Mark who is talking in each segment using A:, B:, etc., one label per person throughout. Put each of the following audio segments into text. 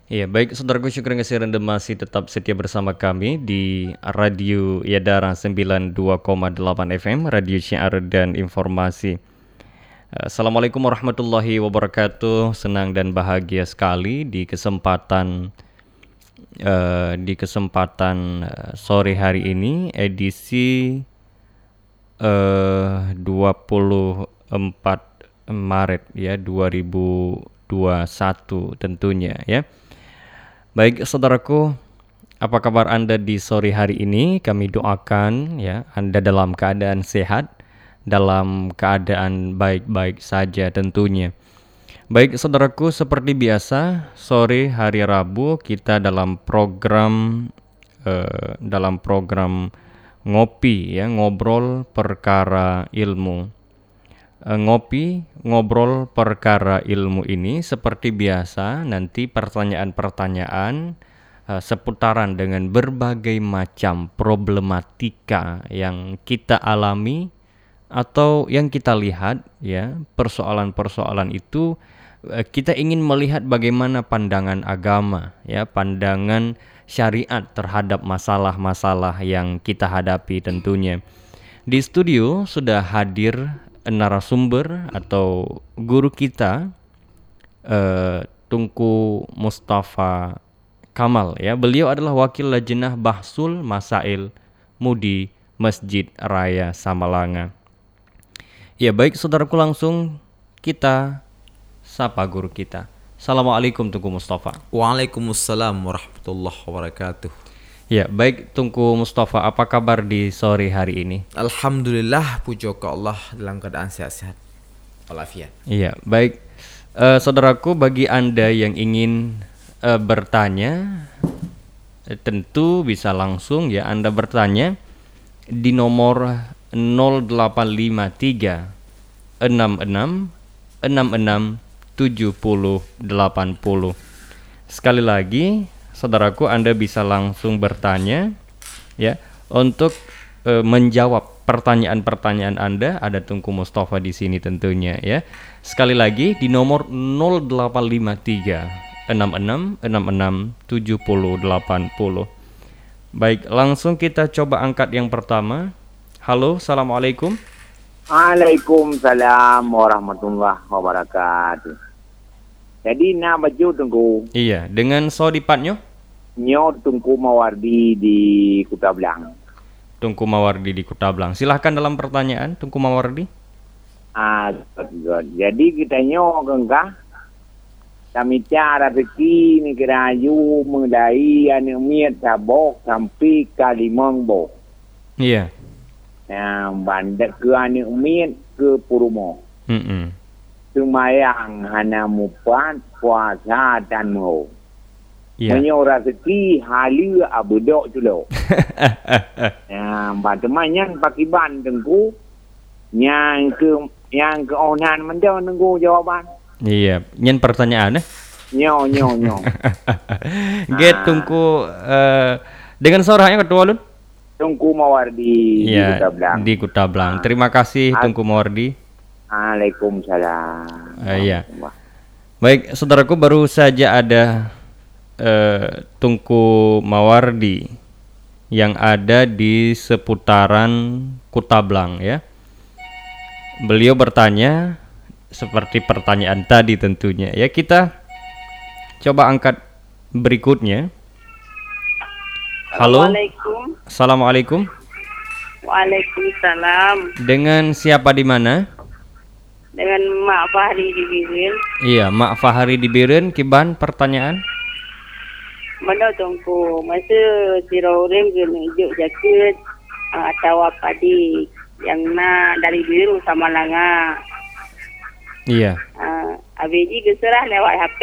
A: Iya, baik saudaraku, syukur kasih Anda masih tetap setia bersama kami di Radio Yadara 92,8 FM, Radio Syiar dan Informasi. Assalamualaikum warahmatullahi wabarakatuh. Senang dan bahagia sekali di kesempatan sore hari ini edisi 24 Maret ya 2021 tentunya ya. Baik saudaraku, apa kabar Anda di sore hari ini? Kami doakan ya Anda dalam keadaan sehat, dalam keadaan baik-baik saja tentunya. Baik saudaraku, seperti biasa sore hari Rabu kita dalam program ngopi ya, ngobrol perkara ilmu. Ngobrol perkara ilmu ini seperti biasa nanti pertanyaan-pertanyaan seputaran dengan berbagai macam problematika yang kita alami atau yang kita lihat ya, persoalan-persoalan itu kita ingin melihat bagaimana pandangan agama ya, pandangan syariat terhadap masalah-masalah yang kita hadapi tentunya. Di studio sudah hadir narasumber atau guru kita Tunku Mustafa Kamal ya. Beliau adalah wakil lajnah Bahsul Masail Mudi Masjid Raya Samalanga. Ya, baik saudaraku, langsung kita sapa guru kita. Assalamualaikum Tunku Mustafa.
B: Waalaikumsalam warahmatullahi wabarakatuh.
A: Ya, baik Tunku Mustafa, apa kabar di sore hari ini?
B: Alhamdulillah, puji ke Allah dalam keadaan sehat-sehat walafiat.
A: Iya, baik. Saudaraku, bagi Anda yang ingin bertanya, tentu bisa langsung ya Anda bertanya di nomor 0853 66 66 70 80. Sekali lagi, saudaraku, Anda bisa langsung bertanya ya untuk menjawab pertanyaan-pertanyaan Anda. Ada Tunku Mustafa di sini tentunya ya. Sekali lagi di nomor 0853 66 66 70 80. Baik, langsung kita coba angkat yang pertama. Halo, assalamualaikum.
C: Waalaikumsalam warahmatullahi wabarakatuh. Jadi nak baju Tungku.
A: Iya, dengan sodipatnya
C: Nyo Tungku Mawardi di Kuta Belang.
A: Tunku Mawardi di Kuta Belang. Silahkan dalam pertanyaan Tunku Mawardi.
C: God. Jadi kita nyo kengkah kami cara rezeki ni kerayu mulai anu miat sabok sampai Kalimang bo.
A: Iya.
C: Nah, bandak ke anu miat ke Purumo. Semayang hana mupat puasa dan mau.
A: Iya.
C: Menyo rezeki halu abudok dulu. Nah, temannya pakiban Tengku yang ke onan menjawab Tengku jawaban.
A: Iya, nyen pertanyaan
C: Nyo.
A: Get Tunku dengan suaranya ketua Lun.
C: Tungku Mawardi di
A: Iya,
C: Kuta Belang.
A: di Kuta Belang. Terima kasih Tunku Mawardi.
C: Waalaikumsalam.
A: Iya. Baik, saudaraku, baru saja ada Tunku Mawardi yang ada di seputaran Kuta Belang ya. Beliau bertanya seperti pertanyaan tadi tentunya ya. Kita coba angkat berikutnya. Halo. Assalamualaikum.
D: Waalaikumsalam.
A: Dengan siapa di mana?
D: Dengan Mak Fahri di Birin.
A: Iya, Mak Fahri di Biren. Kiban pertanyaan?
D: Mana Tungku, masa Siraurim kena ijuk jaket atau apa di yang nak dari Biru sama Langa.
A: Iya.
D: Abiji keserah lewat HP.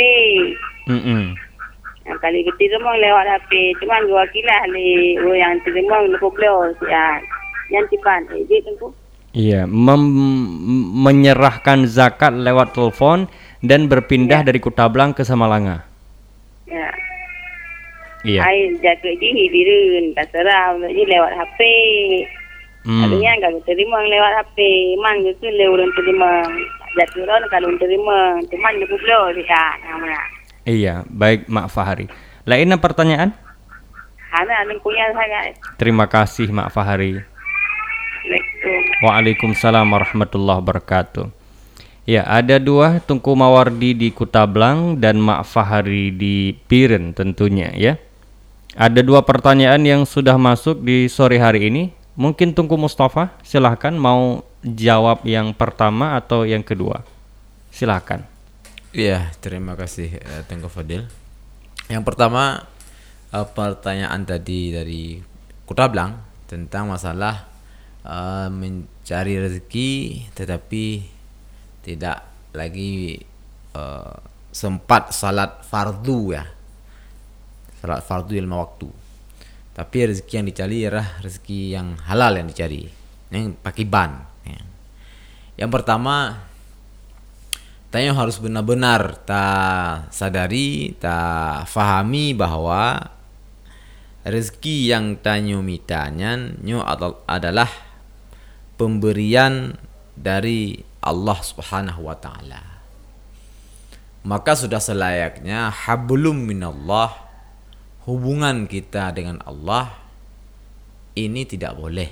D: Kali ketiremang lewat HP. Cuman dua kilah le yang teremang lupa beliau ya. Yang tiban ejek Tungku.
A: Iya, menyerahkan zakat lewat telepon dan berpindah dari Kuta Belang ke Samalanga.
D: Ya.
A: Iya.
D: Ai jaket di Birin terserah ni lewat HP. Artinya kalau terima lewat HP, mang itu lewat terima. Jatuh kalau terima, cuman lupa beliau ya.
A: Iya, baik Mak Fahri. Lainnya pertanyaan?
D: Hana anu punya sangat.
A: Terima kasih Mak Fahri. Waalaikumsalam warahmatullahi wabarakatuh. Ya, ada dua, Tungku Mawardi di Kutablang dan Mak Fahri di Piren tentunya ya. Ada dua pertanyaan yang sudah masuk di sore hari ini. Mungkin Tungku Mustafa, silahkan mau jawab yang pertama atau yang kedua. Silahkan.
B: Iya, terima kasih Tengku Fadil. Yang pertama, pertanyaan tadi dari Kutablang tentang masalah mencari rezeki tetapi tidak lagi sempat salat fardu ya, salat fardu lima waktu, tapi rezeki yang dicari adalah rezeki yang halal yang dicari, yang pakai ban ya. Yang pertama, tanya harus benar-benar tak sadari, tak fahami bahwa rezeki yang tanyo mitanya adalah pemberian dari Allah Subhanahu wa taala. Maka sudah selayaknya hablum minallah, hubungan kita dengan Allah ini tidak boleh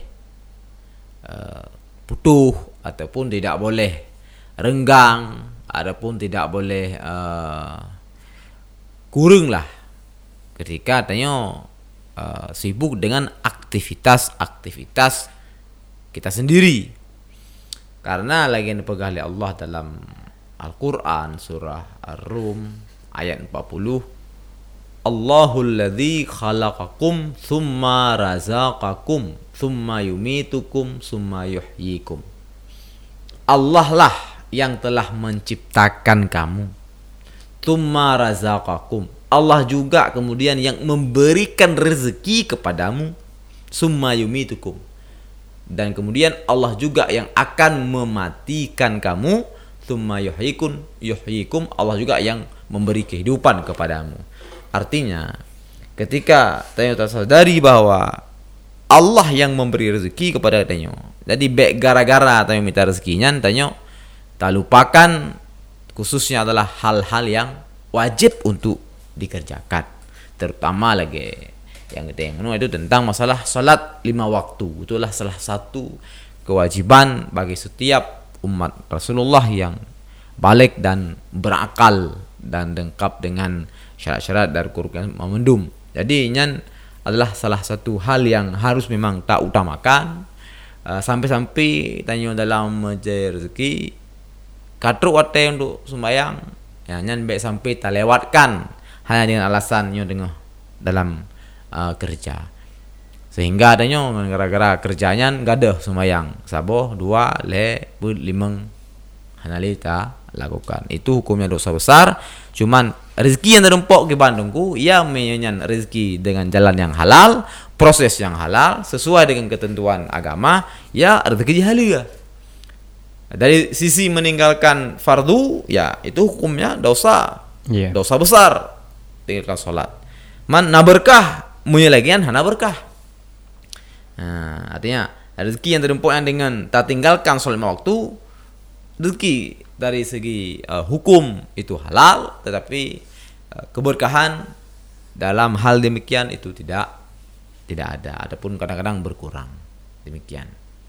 B: putus ataupun tidak boleh renggang ataupun tidak boleh kurang lah ketika tanya sibuk dengan aktivitas kita sendiri. Karena lagi yang dipegang oleh Allah dalam Al-Quran surah Ar-Rum ayat 40, Allahul ladzi khalaqakum thumma razaqakum thumma yumitukum thumma yuhyikum. Allah lah yang telah menciptakan kamu, thumma razaqakum. Allah juga kemudian yang memberikan rezeki kepadamu, thumma yumitukum. Dan kemudian Allah juga yang akan mematikan kamu, tsumma yuhyikum, Allah juga yang memberi kehidupan kepadamu. Artinya ketika Tanyo tersadari bahwa Allah yang memberi rezeki kepada Tanyo, jadi gara-gara Tanyo minta rezekinya, Tanyo tak lupakan khususnya adalah hal-hal yang wajib untuk dikerjakan, terutama lagi yang kita itu tentang masalah salat 5 waktu. Itulah salah satu kewajiban bagi setiap umat Rasulullah yang balik dan berakal dan lengkap dengan syarat-syarat dari Quran memendum. Jadi ini adalah salah satu hal yang harus memang tak utamakan. Sampai-sampai tanya dalam mencari rezeki katruk wate untuk sembahyang, ya nyan baik sampai tak lewatkan hanya dengan alasan nyo dengar dalam kerja, sehingga adanya gara-gara kerjanya nggak ada sembahyang saboh 2 le 5 hanalita lakukan. Itu hukumnya dosa besar. Cuman rezeki yang terempok ke Bandungku, ia menyanyikan rezeki dengan jalan yang halal, proses yang halal sesuai dengan ketentuan agama, ya rezeki halal ya. Dari sisi meninggalkan fardu, ya itu hukumnya dosa, dosa besar tinggalkan sholat. Mana berkah menyelagian hana berkah. Nah, artinya rezeki yang terempoknya dengan tak tinggalkan sholat 5 waktu, rezeki dari segi hukum itu halal, tetapi keberkahan dalam hal demikian itu tidak ada, ataupun kadang-kadang berkurang. Demikian.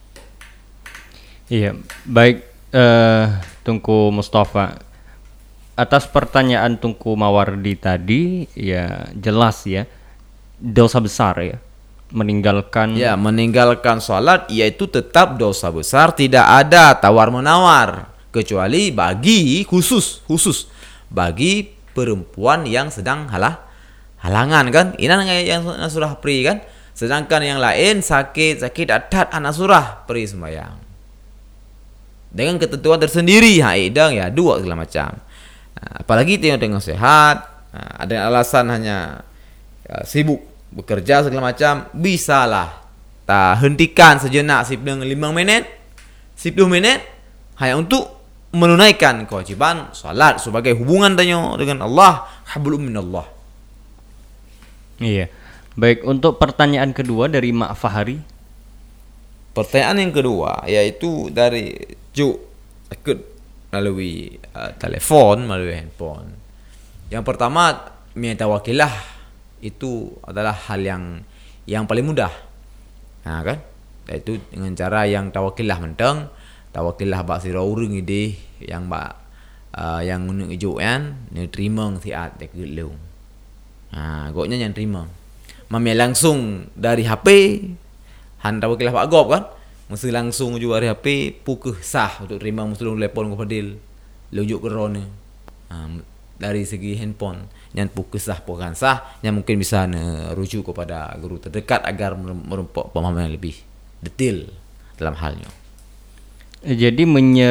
A: Iya, baik Tungku Mustafa. Atas pertanyaan Tungku Mawardi tadi, ya jelas ya, dosa besar ya, meninggalkan
B: sholat, yaitu tetap dosa besar, tidak ada tawar-menawar, kecuali bagi khusus bagi perempuan yang sedang halangan kan, ini yang surah pri kan, sedangkan yang lain sakit adat anak surah pri sembahyang dengan ketentuan tersendiri, haidang ya 2 segala macam. Apalagi dengan sehat, ada alasan hanya sibuk bekerja segala macam, bisalah tak hentikan sejenak 5 menit 10 menit hanya untuk menunaikan kewajiban salat sebagai hubungan tanya dengan Allah, hablum minallah.
A: Iya. Baik, untuk pertanyaan kedua dari Mak Fahri.
B: Pertanyaan yang kedua yaitu dari Juk ikut melalui telepon, melalui handphone. Yang pertama, minta wakilah itu adalah hal yang paling mudah. Nah, kan? Yaitu dengan cara yang tawakilah menteng, tawakilah bak sira urang ide yang bak yang ngunu ijo kan, ni terima siat dek lu. Nah, goknya yang terima. Mami langsung dari HP han tawakilah Pak Gop kan? Mesti langsung juga dari HP pukul sah untuk terima mesti telepon ke Fadil. Lujuk ke Rone. Dari segi handphone yang pukul sah bukan sah yang mungkin bisa rujuk kepada guru terdekat agar merempok pemahaman yang lebih detail dalam halnya.
A: Jadi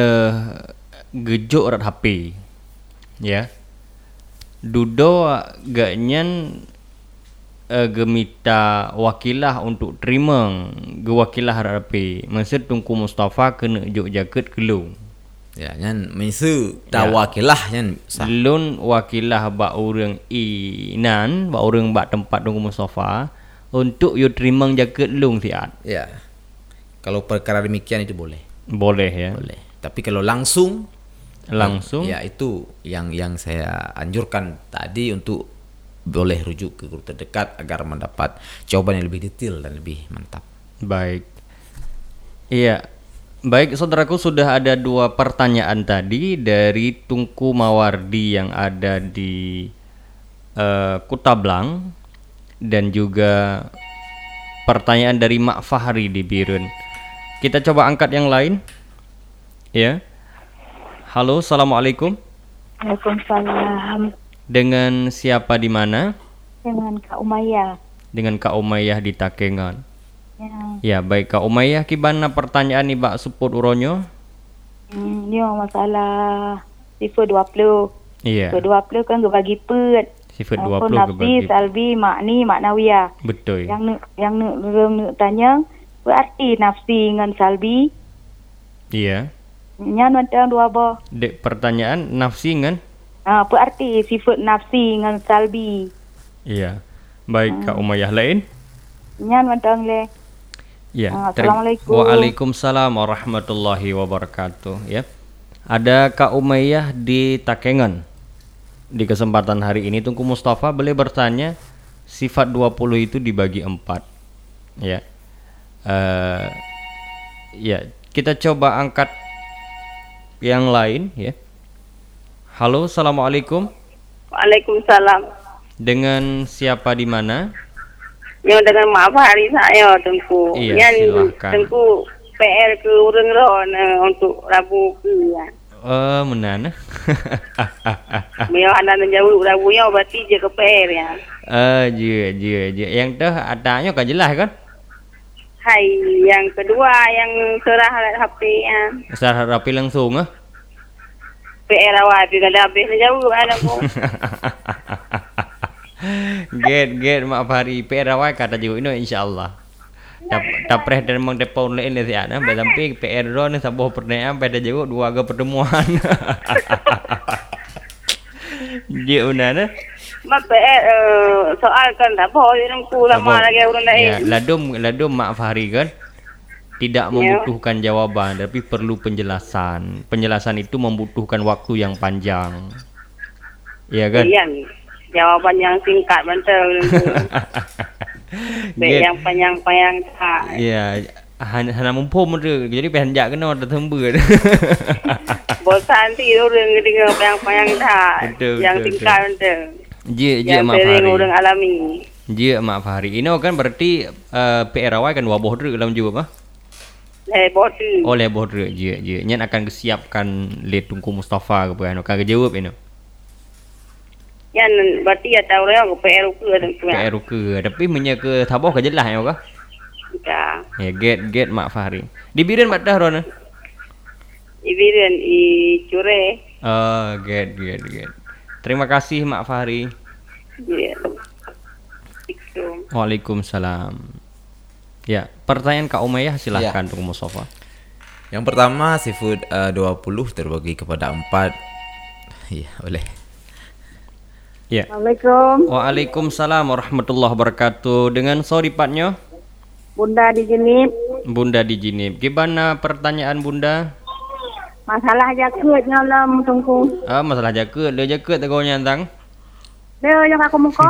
A: gejok rat HP ya dudo gaknyan gemita wakilah untuk terima gewakilah rat HP maksud Tungku Mustafa kena juk jaket kelung
B: ya nyan mesu tawakilah nyan sah
A: lun wakilah bak urang inan bak urang bak tempat Tungku Mustafa untuk yo terima jaket lung siat
B: ya. Kalau perkara demikian itu boleh
A: ya
B: boleh, tapi kalau langsung
A: ya
B: itu yang saya anjurkan tadi untuk boleh rujuk ke guru terdekat agar mendapat jawaban yang lebih detail dan lebih mantap.
A: Baik. Iya. Baik, saudaraku, sudah ada 2 pertanyaan tadi dari Tungku Mawardi yang ada di Kutablang dan juga pertanyaan dari Mak Fahri di Birun. Kita coba angkat yang lain. Ya. Halo, assalamualaikum.
E: Waalaikumsalam.
A: Dengan siapa di mana?
E: Dengan Kak Umayyah.
A: Dengan Kak Umayyah di Takengon.
E: Ya.
A: Ya, baik Kak Umayyah, kibana pertanyaan ni bak support uronyo?
E: Ni masalah sifat 20.
A: Iya.
E: Sifat 20 kan bagi pet.
A: Sifat 20
E: nafsi,
A: kebagi.
E: salbi, makni, maknawiyah.
A: Betul.
E: Yang tanya berarti nafsi dengan salbi.
A: Iya.
E: Nyan macam 2 boh.
A: Dek pertanyaan nafsi kan?
E: Berarti sifat nafsi dengan salbi.
A: Iya. Baik Kak Umayyah lain?
E: Nyan macam le.
A: Ya.
E: Assalamualaikum.
A: Waalaikumsalam warahmatullahi wabarakatuh. Ya. Ada Kak Umayyah di Takengon. Di kesempatan hari ini Tungku Mustafa boleh bertanya sifat 20 itu dibagi 4. Ya. Ya, kita coba angkat yang lain ya. Halo, assalamualaikum.
D: Waalaikumsalam.
A: Dengan siapa di mana?
D: Yang dengan Mak Fahri saya Tengku.
A: Iya, silakan.
D: Tengku PR ke urang ron untuk Rabu ke.
A: Menana.
D: Mio anda jauh Rabunya berarti je ke PR ya.
A: Je. Yang tu adanya kan jelas kan?
D: Hai, yang kedua yang serah HP ya.
A: Serah rapi langsung ah.
D: PR awak bila habis jauh ada pun.
A: Get Mak Fahri PR awak kata juga ini insyaallah. Tapreh dan memang depan lain ni siat nah sampai PR ron sabuh pernyataan pada juga 2 aga pertemuan. Dia unana.
D: Mak PR soal kan tak boleh nunggu lama lagi urang lain.
A: Ya, ladum Mak Fahri kan tidak membutuhkan jawaban tapi perlu penjelasan. Penjelasan itu membutuhkan waktu yang panjang. Iya kan?
D: Iya. Jawaban yang singkat betul. Yang panjang-panjang tak.
A: Ya, hana mumpum tu. Jadi penjak kena ada tembe.
D: Bosan ti orang dengan panjang-panjang tak.
A: Betul,
D: yang
A: betul,
D: singkat betul.
A: Je Mak
D: Fahri.
A: Fahri.
D: Orang alami.
A: Je Mak Fahri. Ini kan berarti PR awal kan waboh tu dalam jawab ah.
D: Bodoh.
A: Oleh bodoh je. Nyan akan kesiapkan le Tungku Mustafa ke kan akan jawab ini.
D: Yang berarti ya tahu orang ke PR ke
A: PR ke tapi menya ke taboh ke jelas ya kah?
D: Ya.
A: Ya get Mak Fahri. Di Biren badah ron.
D: Ibiran cure.
A: Get. Terima kasih Mak Fahri.
D: Ya.
A: Waalaikumsalam. Ya, pertanyaan Kak Umayyah silahkan Tungku Mustafa.
B: Yang pertama sifat 20 terbagi kepada 4. Ya, boleh.
A: Ya.
E: Assalamualaikum.
A: Waalaikumsalam warahmatullahi wabarakatuh. Dengan soripatnya
E: Bunda di sini.
A: Bunda di Jinib. Gimana pertanyaan Bunda?
E: Masalah jaket nyalam Tungku.
A: Masalah jaket, dia jaket tegonya tang.
E: Leo yang aku muka.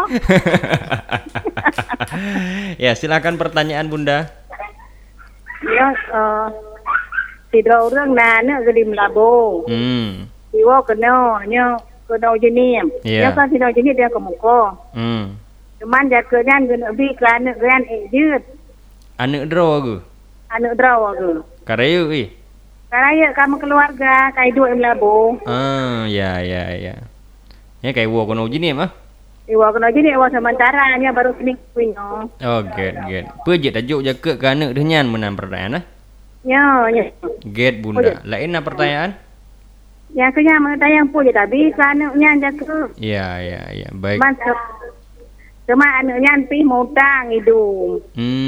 A: Ya, silakan pertanyaan Bunda.
E: Ya, tidur orang nana gelim labo. Iwo kena jenis.
A: Iya.
E: Ya kan tidur jenis dia ke muka. Cuman dia kenyan guna bi kerana kan ejut.
A: Anak draw aku.
E: Anak draw aku.
A: Karayu
E: Karena ya kamu keluarga kai dua labo.
A: Ya. Ya kayak wo kono jini mah.
E: Iwo kena jenis iwo sementara ni baru seminggu punya.
A: Oh, good. Pejit tajuk jaga ke anak dia nyan menang pertanyaan lah.
E: Ya.
A: Get Bunda. Lain apa pertanyaan?
E: Yang kenya menanya pun je tapi kerana nyan jaga.
A: Ya. Baik.
E: Masuk. Cuma anaknya pi mutang hidung.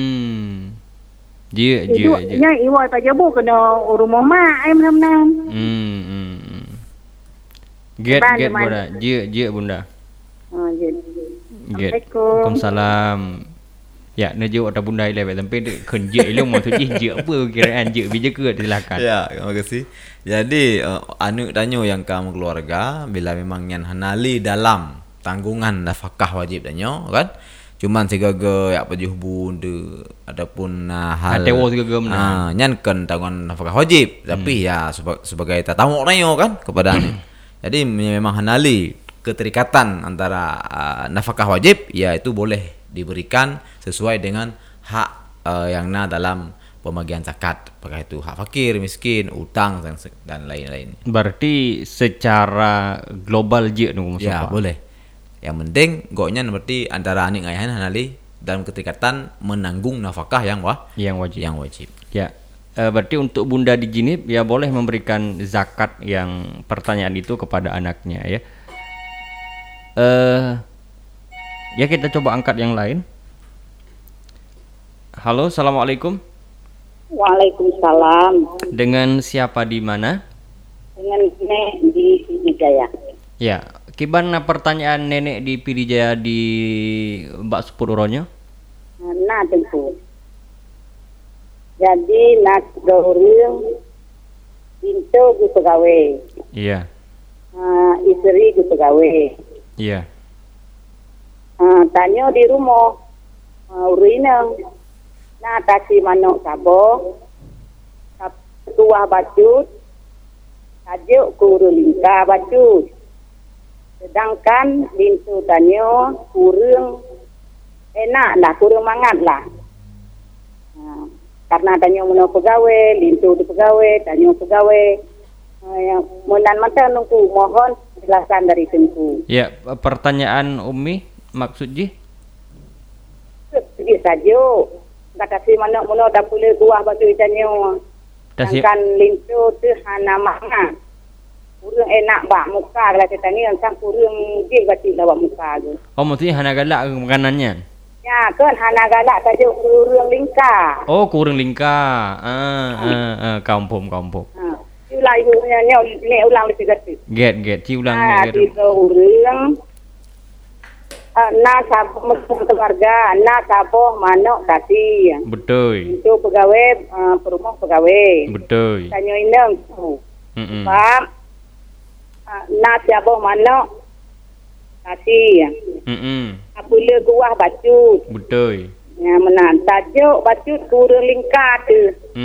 A: Dia.
E: Nya iwo pa jebu kena rumah mak ai menam.
A: Get Bunda. Dia Bunda. Get. Waalaikumsalam. Ya, nejo ada Bunda ile sampai dek kerja ile mau tu je apa kiraan je bija ke silakan.
B: Ya, terima kasih. Jadi anu danyo yang kamu keluarga bila memang nyan hanali dalam tanggungan nafkah wajib danyo kan. Cuman segaga ya pajuh bunda adapun hal
A: atewo segaga menang.
B: Nyan kan tanggungan nafkah wajib tapi ya sebagai tatamu danyo kan kepada anu. Jadi memang hanali keterikatan antara nafkah wajib ya itu boleh diberikan sesuai dengan hak yang dalam pembagian zakat, apakah itu hak fakir, miskin, utang dan lain-lain.
A: Berarti secara global je nunggu
B: ya boleh. Yang penting goknya berarti antara anik ayahan hanali dalam keterikatan menanggung nafkah yang wajib.
A: Ya. Berarti untuk Bunda di Jinib ya boleh memberikan zakat yang pertanyaan itu kepada anaknya ya. Ya kita coba angkat yang lain. Halo, assalamualaikum.
F: Waalaikumsalam.
A: Dengan siapa di mana?
F: Dengan Nenek di Pidijaya.
A: Ya, gimana pertanyaan Nenek di Pidijaya di Mbak Sepururonyo?
F: Nah, tentu. Jadi nak dorong pintu gue pegawai.
A: Iya.
F: Istri gue pegawai.
A: Iya.
F: Tanya di rumah urinang nah kasih manok sabo tua bacut tajuk kurung lingka bacut sedangkan bintu tanya kurang enak lah kurang mangat lah karena tanya mana pegawai bintu di pegawai tanya pegawai yang mulan mata nunggu mohon jelasan dari tentu.
A: Ya, pertanyaan Umi maksudnya?
F: Pergi saja. Tak kasih mana-mana dah boleh buah batu ikannya. Kan lintu tu hana mangat. Kurang enak bak muka kalau kita ni kan kurang gig batu lawak muka tu.
A: Oh, maksudnya hana galak makanannya?
F: Ya, kan hana galak saja kurang lingkar.
A: Oh, kurang lingkar. Kampung.
F: Ulang ibunya ni ulang lebih gede.
A: Get ulang
F: ni. Tiga orang. Sabah keluarga, sabah manok kasih.
A: Betul.
F: Itu pegawai perumah pegawai.
A: Betul.
F: Tanya inang tu. Pak, sabah manok kasih. Apabila kuah bacut.
A: Betul.
F: Ya menang tajuk bacut kurang lingkar tu.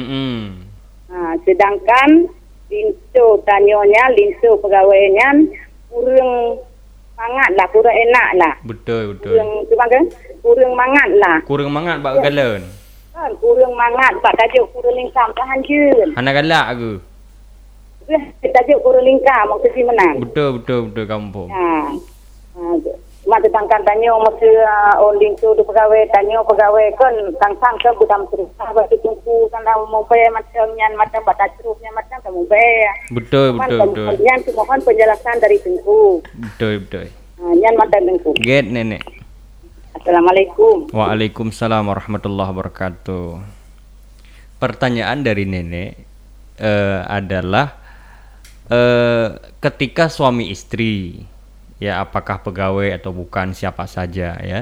F: Sedangkan lintu tanyonya, lintu pegawainya kurang mangat lah, kurang enak lah.
A: Betul.
F: Kurang mangat lah.
A: Kurang mangat bak galon.
F: Kan kurang mangat bak tajuk kurang lingkar tahan je.
A: Hana galak ke?
F: Tajuk kurang lingkar maksudnya menang.
A: Betul kampung.
F: Mak tetangkan tanya masa orang tu pegawai tanya pegawai kan tang-tang ke budam cerita batu tungku kan dah mobile macamnya macam batas cerupnya macam kamu bayar.
A: Betul.
F: Yang tu mohon penjelasan dari tungku.
A: Betul.
F: Yang mata tungku.
A: Get Nenek.
F: Assalamualaikum.
A: Waalaikumsalam warahmatullahi wabarakatuh. Pertanyaan dari Nenek adalah ketika suami istri ya apakah pegawai atau bukan siapa saja ya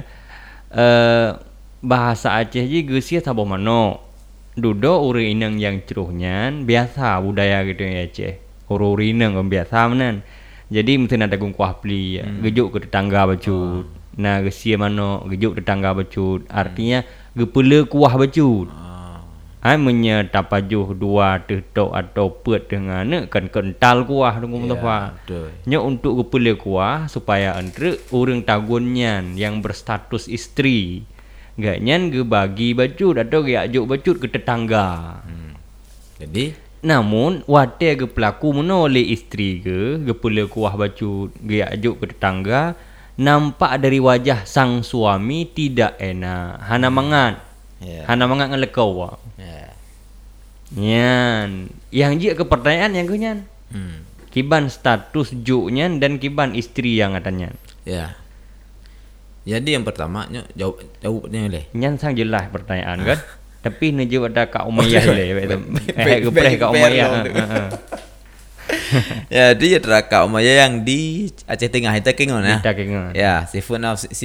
A: bahasa Aceh je geus sabo mano dudo uri inang yang ceruhnyan biasa budaya gitu ya Aceh uri inang biasa menan Jadi mesti ada gung kuah pli ya. Gejuk ke tetangga bacut. Nah gesia mano gejuk tetangga bacut. Artinya gepele kuah bacut. Ai menya tapajuh dua tetok atau pet dengan kan kental kuah dengan Mustafa. Nya untuk gepele kuah supaya entre urang tagunnya yang berstatus istri. Gaknyan ge bagi bacut atau ge ajuk bacut ke tetangga.
B: Jadi
A: Namun wate ge pelaku menoleh istri ge pula kuah bacut ge ajuk ke tetangga, nampak dari wajah sang suami tidak enak. Hana mangat. Hana mangat ngelekau. Nyan, yang je ke pertanyaan yang ge nyan. Kiban status juk-nya dan kiban istri yang katanya.
B: Ya. Jadi yang pertama jawabnya leh.
A: Nyan sang jelas pertanyaan kan. Tapi ne je ada Kak Umayyah leh betul. Gepreh Kak Umayyah.
B: Jadi ada Kak Umayyah yang di Aceh Tengah itu kengon ya. Ya, seafood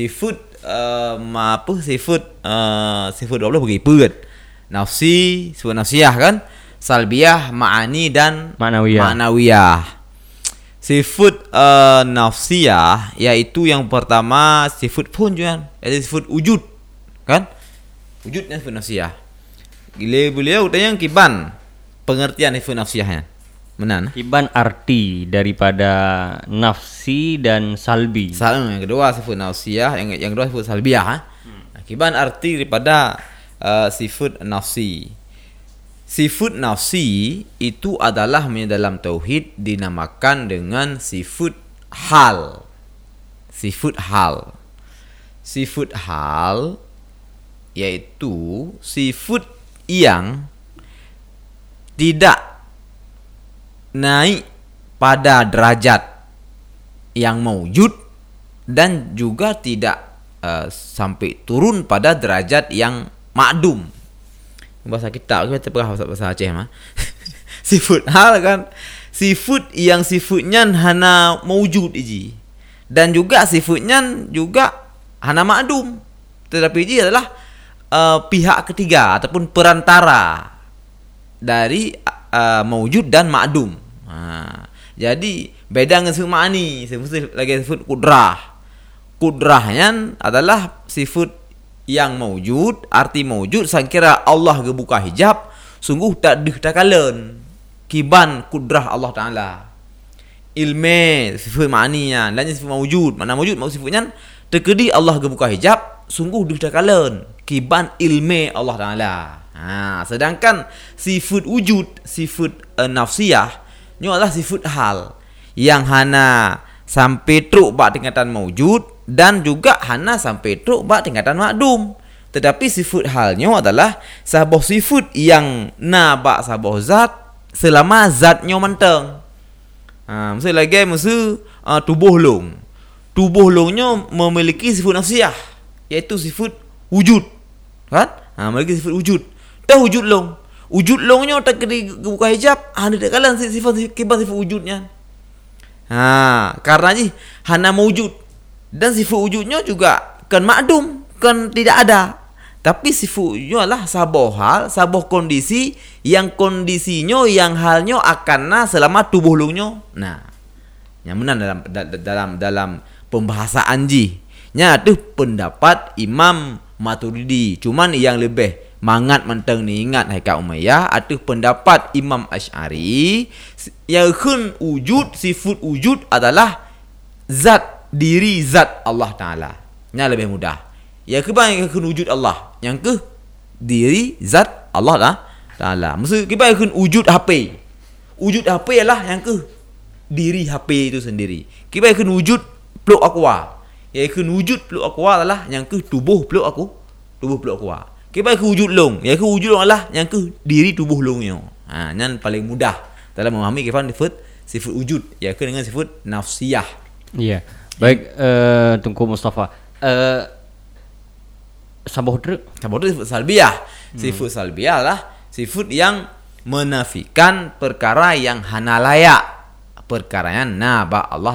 B: seafood 12 bagi put. Nafsi, seafood nafsiyah kan? Salbiyah, ma'ani dan ma'nawiyah. Seafood nafsiyah yaitu yang pertama seafood pun juga, yaitu seafood wujud. Kan? Wujudnya seafood nafsiyah. Beliau tanya kiban pengertian seafood nafsiyahnya. Mana?
A: Kiban arti daripada nafsi dan salbi.
B: Yang kedua seafood nafsiyah, yang kedua seafood salbiyah. Kiban arti daripada seafood nafsi. Seafood nafsi itu adalah dalam tauhid dinamakan dengan seafood hal. Seafood hal. Seafood hal yaitu seafood yang tidak naik pada derajat yang maujud dan juga tidak sampai turun pada derajat yang makdum. Bahasa kita bahasa Aceh mah. Seafood hal kan, seafood yang seafoodnya hana maujud iji, dan juga seafoodnya juga hana makdum, tetapi dia adalah pihak ketiga ataupun perantara dari maujud dan makdum. Jadi beda dengan seafood ma'ani. Seafood lagi seafood kudrah. Kudrahnya adalah seafood yang maujud, arti maujud sangkira Allah gebuka hijab, sungguh tak dikatakan kiban kudrah Allah Taala. Ilme seafood ma'aninya, dan seafood maujud. Mana maujud maksudnya terkedi Allah gebuka hijab, sungguh dikatakan kiban ilme Allah Taala. Sedangkan seafood wujud, seafood nafsiyah, ini adalah seafood hal yang hana sampai truk bak tingkatan maujud dan juga hana sampai truk bak tingkatan makdum. Tetapi seafood halnya adalah sabah seafood yang bak sabah zat selama zatnya menteng. Mesti lagi tubuh long. Tubuh longnya memiliki seafood nafsiyah, yaitu seafood wujud. Kan? Memiliki seafood wujud. Dah wujud long. Wujud longnya tak kena buka hijab, ada kalan sifat kibar sifat wujudnya. Karena ni hana mewujud dan sifat wujudnya juga kan makdum, kan tidak ada. Tapi sifat wujudnya adalah sabah hal, sabah kondisi yang kondisinya yang halnya akan selama tubuh longnya. Yang benar dalam pembahasan ji. Nya tu pendapat Imam Maturidi. Cuman yang lebih mangat menteng ni ingat Kak Umayyah atau pendapat Imam Asy'ari yang khun wujud, sifat wujud adalah zat diri zat Allah Taala. Nya lebih mudah. Ya kebang yang khun wujud Allah, yang ke diri zat Allah Taala. Maksud kita khun wujud HP. Wujud HP ialah yang ke diri HP itu sendiri. Kita khun wujud peluk aqua. Ya khun wujud peluk aqua adalah yang ke tubuh peluk aku, tubuh peluk aqua. Kita ke wujud long. Yang ke wujud long adalah yang ke diri tubuh longnya. Yang paling mudah dalam memahami kita sifat wujud. Ya ke dengan sifat nafsiyah.
A: Iya. Baik, Tunku Mustafa. Sabah
B: sifat salbiyah. Sifat salbiyah adalah sifat yang menafikan perkara yang hana layak. Perkara yang naba Allah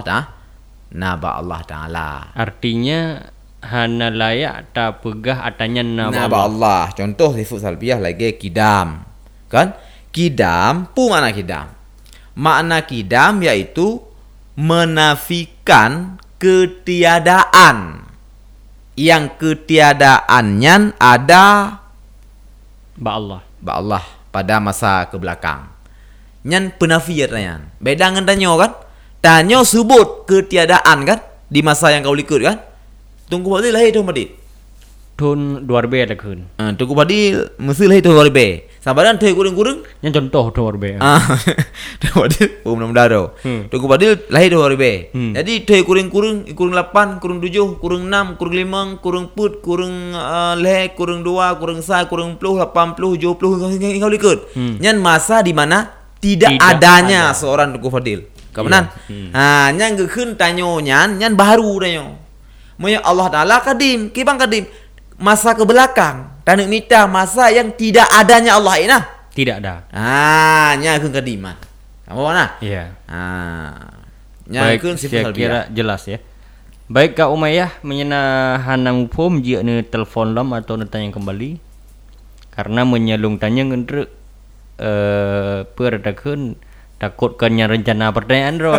B: Taala.
A: Artinya hana layak tak pegah atanya
B: naba Allah. Contoh sifat salbiyah lagi kidam. Kan? Kidam, pu makna kidam. Makna kidam yaitu menafikan ketiadaan. Yang ketiadaannya ada
A: Allah.
B: Allah pada masa ke belakang. Nyan penafiat nyan. Beda dengan tanyo kan? Tanyo sebut ketiadaan kan di masa yang kau likut kan? Tunggu Fadil lahir tu Fadil.
A: Tun 2000 ada kun.
B: Tunggu Fadil mesti lahir tu 2000. Sabaran teh kurang-kurang.
A: Yang contoh 2000.
B: Tunggu Fadil mudah-mudahan tu. Tunggu Fadil lahir tu 2000. Jadi teh kurang-kurang 8, kurang 7, kurang 6, kurang 5, kurang 4, kurang leh, kurang 2, kurang 1, kurang 10, 80, 70 kau likut. Nyan masa di mana tidak adanya seorang Tunggu Fadil. Kebenan. Nyan gekeun tanyo nyan baru tanyo. Moyo Allah Taala kadim, kibang kadim. Masa ke belakang, tanuk mita masa yang tidak adanya Allah ini.
A: Tidak ada.
B: Nya keun kadiman. Kamu mana?
A: Iya.
B: Nya
A: Baik,
B: keun
A: saya kira jelas ya. Baik Kak Umayyah menyena hanang pom jia ne telefon lam atau ne tanya kembali. Karena menyelung tanya ngendre peradakeun takut kenya rencana pertanyaan Ron.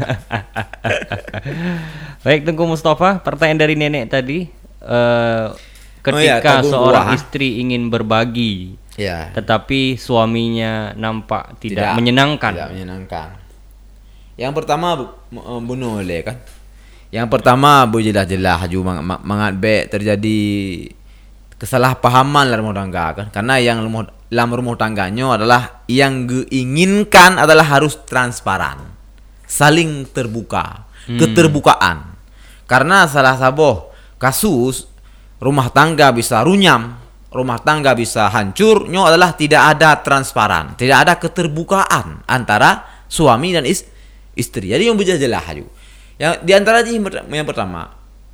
A: Baik Tengku Mustafa, pertanyaan dari nenek tadi ketika seorang istri ingin berbagi tetapi suaminya nampak tidak menyenangkan.
B: Tidak menyenangkan. Yang pertama bunuh oleh kan. Yang pertama jelas-jelas haju mangat baik terjadi kesalahpahaman dalam rumah tangga kan. Karena yang dalam rumah tangganya adalah yang diinginkan adalah harus transparan, saling terbuka, keterbukaan. Karena salah satu kasus rumah tangga bisa runyam, rumah tangga bisa hancur, nyo adalah tidak ada transparan, tidak ada keterbukaan antara suami dan istri. Jadi yang jelas haju. Yang di antara yang pertama,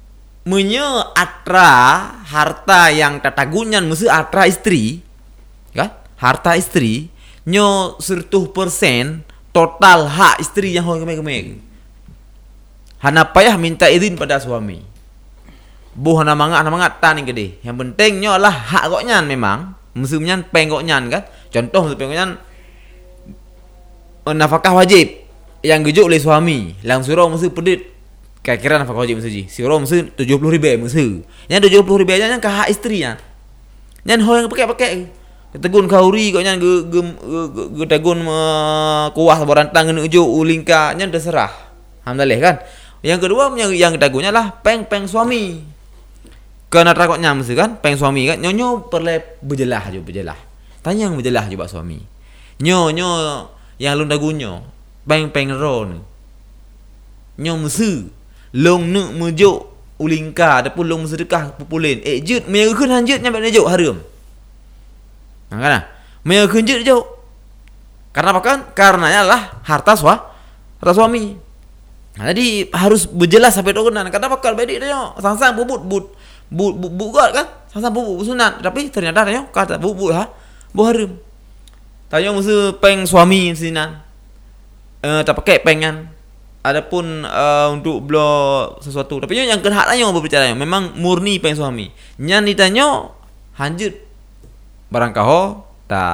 B: atra harta yang tatagunyan mesti atra istri, kan? Harta istri nyo 100% total hak istri yang kemeng-kemeng. Hana payah minta izin pada suami. Hana mangat tan yang gede. Yang pentingnya adalah hak koknyan memang. Musimnya penggoknyan kan. Contoh penggoknyan nafkah wajib yang gejuk oleh suami. Lang suruh mesti pedit. Kira-kira nafkah wajib mesti. Suruh mesti 70,000 mesti. Yang 70,000 aja ke hak istrinya. Yang ho yang pakai-pakai. Ketegun kauri koknyan ge tegun kuah barantang ngejuk ulingka nya terserah. Alhamdulillah kan. Yang kedua yang ketegunnya lah peng suami. Kena takutnya mesti kan peng suami kan nyo perle berjelah. Tanya yang berjelah juga suami. Nyo yang lun dagunyo peng ron. Nyo mesti long nuk mejuk ulingka ataupun long sedekah populin. Jut meyakeun hanjut nyampe nejuk harum. Kan? Meyakeun jut jo. Karena apa kan? Karenanya lah harta suami. Nah, jadi harus berjelas sampai dokunan. Kenapa kalau bedik dia sang-sang bubut kan? Sang-sang bubut sunat. Tapi ternyata dia kata bubut bu harum. Tanya mesti peng suami sinan. Tak pakai pengan. Adapun untuk blok sesuatu. Tapi yang kena haknya berbicara memang murni peng suami. Nyan ditanya hanjut barang kau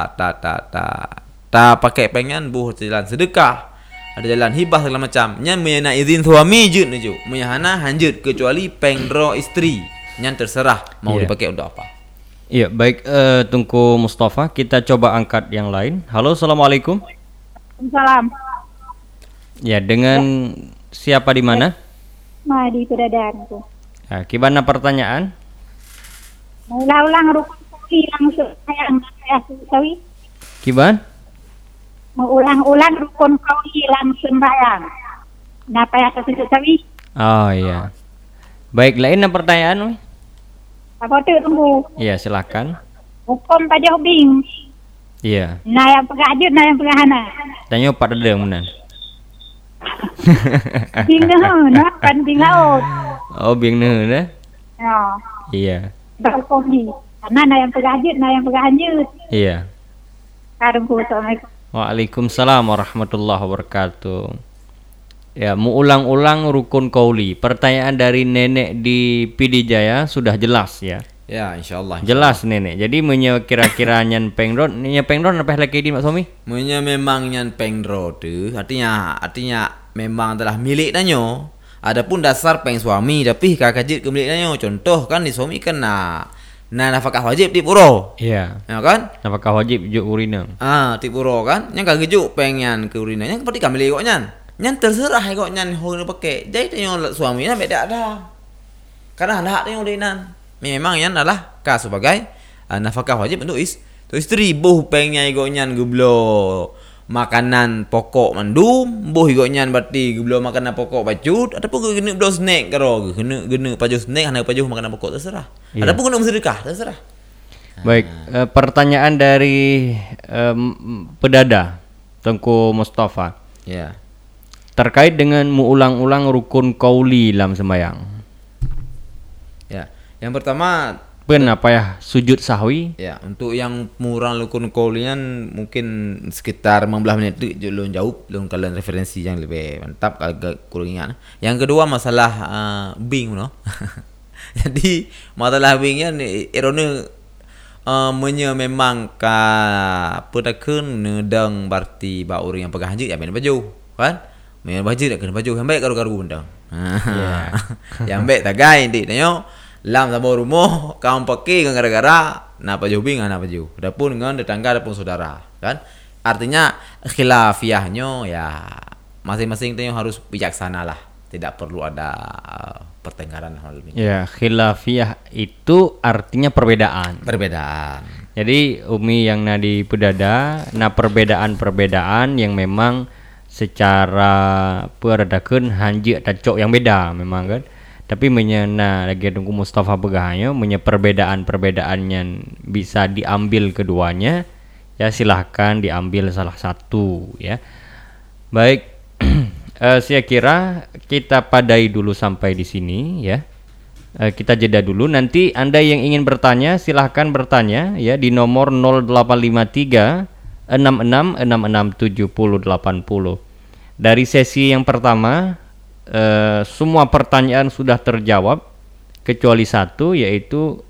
B: tak pakai pengan bu jalan sedekah. Ada jalan hibah segala macam. Nyan menyana izin suami jut neju. Menyana hanjut kecuali pengro istri. Nyan terserah mau dipakai untuk apa.
A: Iya, baik Tungku Mustafa, kita coba angkat yang lain. Halo, Assalamualaikum.
E: Waalaikumsalam.
A: Ya, dengan siapa di mana?
E: Di Pedadan tuh.
A: Nah, gimana pertanyaan?
E: Mau ulang rukun kopi langsung sayang sawi.
F: Kiban?
E: Mengulang-ulang rukun kauli langsung bayang. Napa ya sawi?
A: Oh iya. Baik, lain pertanyaan.
E: Apa tu tunggu?
A: Iya, silakan.
E: Hukum pada hobing.
A: Iya.
E: Nah yang pengajut, nah yang pengahana.
A: Tanya Pak Dedeng menan.
E: Bing nah kan bing laut.
A: Oh, bing nah.
E: Ya.
A: Iya.
E: Berkopi. Karena nah yang pengajut, nah yang pengajut.
A: Iya.
E: Assalamualaikum.
A: Waalaikumsalam warahmatullahi wabarakatuh. Ya, mau ulang-ulang rukun qauli. Pertanyaan dari nenek di Pidijaya sudah jelas ya.
B: Ya, insyaallah.
A: Jelas nenek. Jadi kira-kira nyan pengron apa lagi di Mak Somi?
B: Memang nyan pengro tu artinya memang telah milik danyo. Adapun dasar peng suami tapi kakajit ke milik danyo. Contoh kan di suami kan nafkah wajib ti puro.
A: Iya.
B: Ya kan?
A: Nafkah wajib juk urina.
B: Ti puro kan. Yang kagejuk pengen ke urina. Yang seperti kami kok nyan. Nyan terserah kok nyan hong pakai. Jadi danyo suaminya beda ada. Karena hak danyo dinan. Memang yan adalah sebagai nafkah wajib untuk istri. Buh pengnya igonyan gublo makanan pokok mandum, buh igonyan berarti gublo makanan pokok bacut, ataupun gena gublo snack karo, gena paju snack hana paju makanan pokok terserah.
A: Iya.
B: Ataupun gena sedekah terserah.
A: Baik, pertanyaan dari Pedada Tengku Mustafa.
B: Ya.
A: Terkait dengan mengulang-ulang rukun qauli dalam sembahyang.
B: Ya. Yang pertama
A: Kenapa ya sujud sahwi?
B: ya, untuk yang murang rukun qaulian mungkin sekitar 15 menit tu belum jauh, belum kalian referensi yang lebih mantap agak kurang ingat. Yang kedua masalah bing no. Jadi masalah bingnya irone memang ka pedakeun nedang berarti ba orang yang pegang haji ya main baju kan? Main baju dak kena baju yang baik karu-karu bendang. Yang baik tagai di tanyo lam sama rumah kaum pakai gara-gara napa jauh bingung napa jauh. Adapun dengan tetangga adapun saudara kan. Artinya khilafiyahnya ya masing-masing itu harus bijaksana lah. Tidak perlu ada pertengkaran hal ini.
A: Ya, khilafiyah itu artinya perbedaan.
B: Perbedaan.
A: Jadi Umi yang nadi Pedada, perbedaan-perbedaan yang memang secara peradakeun hanji tacok yang beda memang kan. Tapi menyena lagi tunggu Mustafa Begahnya perbedaan-perbedaan yang bisa diambil keduanya, ya silahkan diambil salah satu ya. Baik, saya kira kita padai dulu sampai di sini ya. Kita jeda dulu. Nanti Anda yang ingin bertanya silahkan bertanya ya di nomor 0853 66 7080. Dari sesi yang pertama semua pertanyaan sudah terjawab kecuali satu, yaitu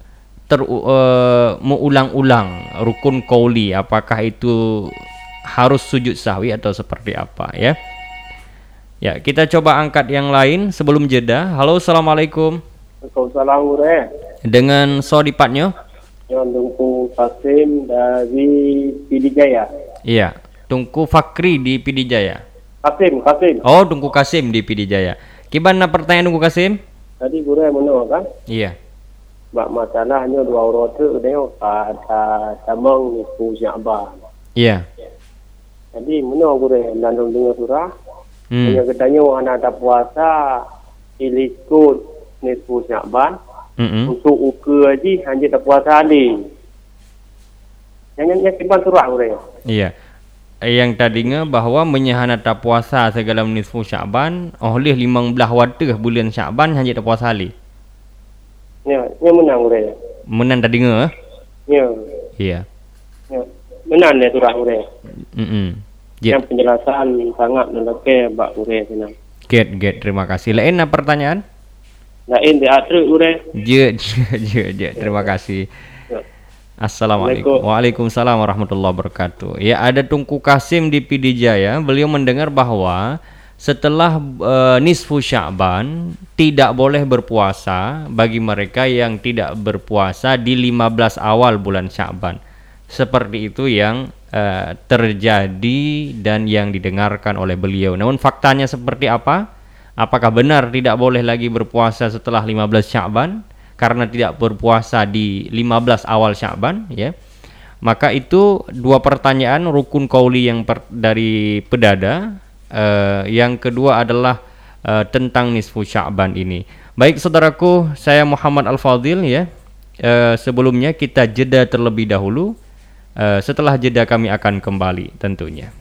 A: mengulang-ulang rukun qauli, apakah itu harus sujud sahwi atau seperti apa ya. Ya, kita coba angkat yang lain sebelum jeda. Halo, assalamualaikum.
G: Waalaikumsalam ure.
A: Dengan sodipatnya?
G: Yang Tungku Kasim dari Pidijaya.
A: Iya, Tungku Fakri di Pidijaya.
G: Kasim.
A: Oh, Tungku Kasim di Pidijaya. Gimana pertanyaan Tungku Kasim?
G: Tadi guru yang mana kan?
A: Iya.
G: Masalahnya dua orang tu dia ada samang nipu Sya'ban.
A: Iya.
G: Jadi mana guru yang nandung dengar surah? Yang katanya anak ada puasa ilikut nipu Sya'ban. Untuk ukur aja hanya tak puasa ali. Yang simpan surah guru.
A: Iya. Yang tadinya bahwa menyahana tak puasa segala nisfu Sya'ban oleh 15 watih bulan Sya'ban hanya tak puasa ali.
G: Ya, yang menang ure.
A: Menang tadinya?
G: Ya.
A: Iya.
G: Ya. Menang ya surah ure.
A: Yang
G: penjelasan sangat meleke bak ure senang.
A: Get, terima kasih. Lain pertanyaan?
G: Lain diatur ure.
A: Je, terima kasih. Assalamualaikum. Waalaikumsalam warahmatullahi wabarakatuh. Ya, ada Tungku Kasim di Pidijaya. Beliau mendengar bahwa setelah nisfu Sya'ban tidak boleh berpuasa bagi mereka yang tidak berpuasa di 15 awal bulan Sya'ban. Seperti itu yang terjadi dan yang didengarkan oleh beliau. Namun faktanya seperti apa? Apakah benar tidak boleh lagi berpuasa setelah 15 Sya'ban? Karena tidak berpuasa di 15 awal Sya'ban ya. Maka itu dua pertanyaan rukun qauli yang dari Pedada. Yang kedua adalah tentang nisfu Sya'ban ini. Baik saudaraku, saya Muhammad Al-Fadil ya. Sebelumnya kita jeda terlebih dahulu. Setelah jeda kami akan kembali tentunya.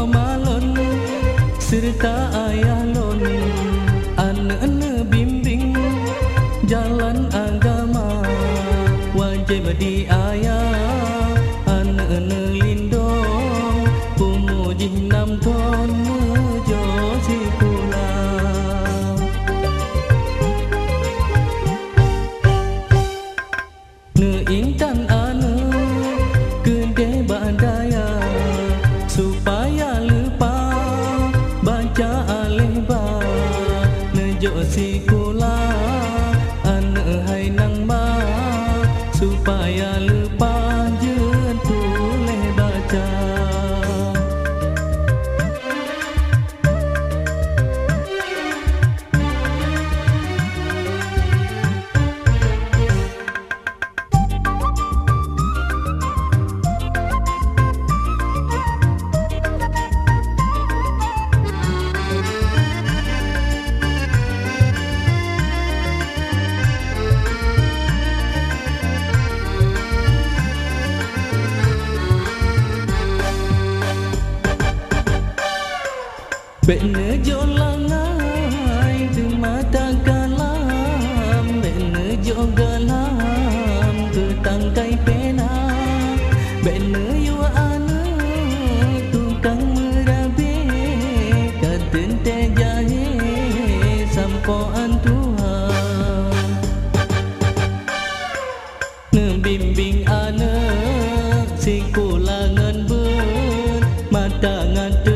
H: Serta ayah lon ane bimbing di ayah anak nelindong pumuji nam ton mejo sikula intan anu gede bandaya supaya lupa baca aleba nejo sikula anu hai nang ma supaya lupa jentule baca Bene jolangai di mata kalam bene jogalam ke tangkai pena bene yu anu tukang merabe katen te jahe sampoan Tuhan ngebimbing anak sikulangan ben mata ngate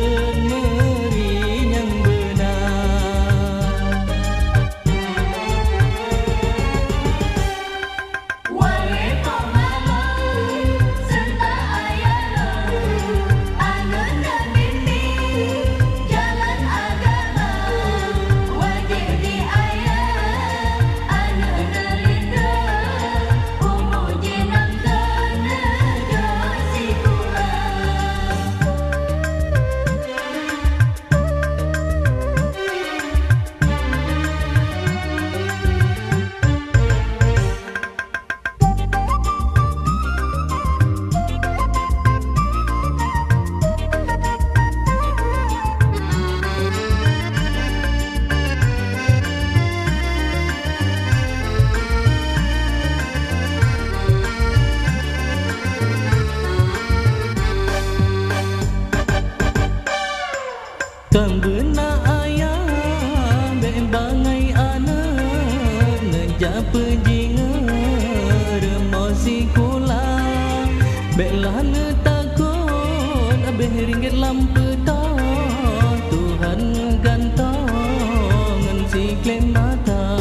H: Kang beuna ayah bebangai anak neja pejingar emosi kula belah ne takut abeh ringgit lampu Tuhan gantongan si klaim mata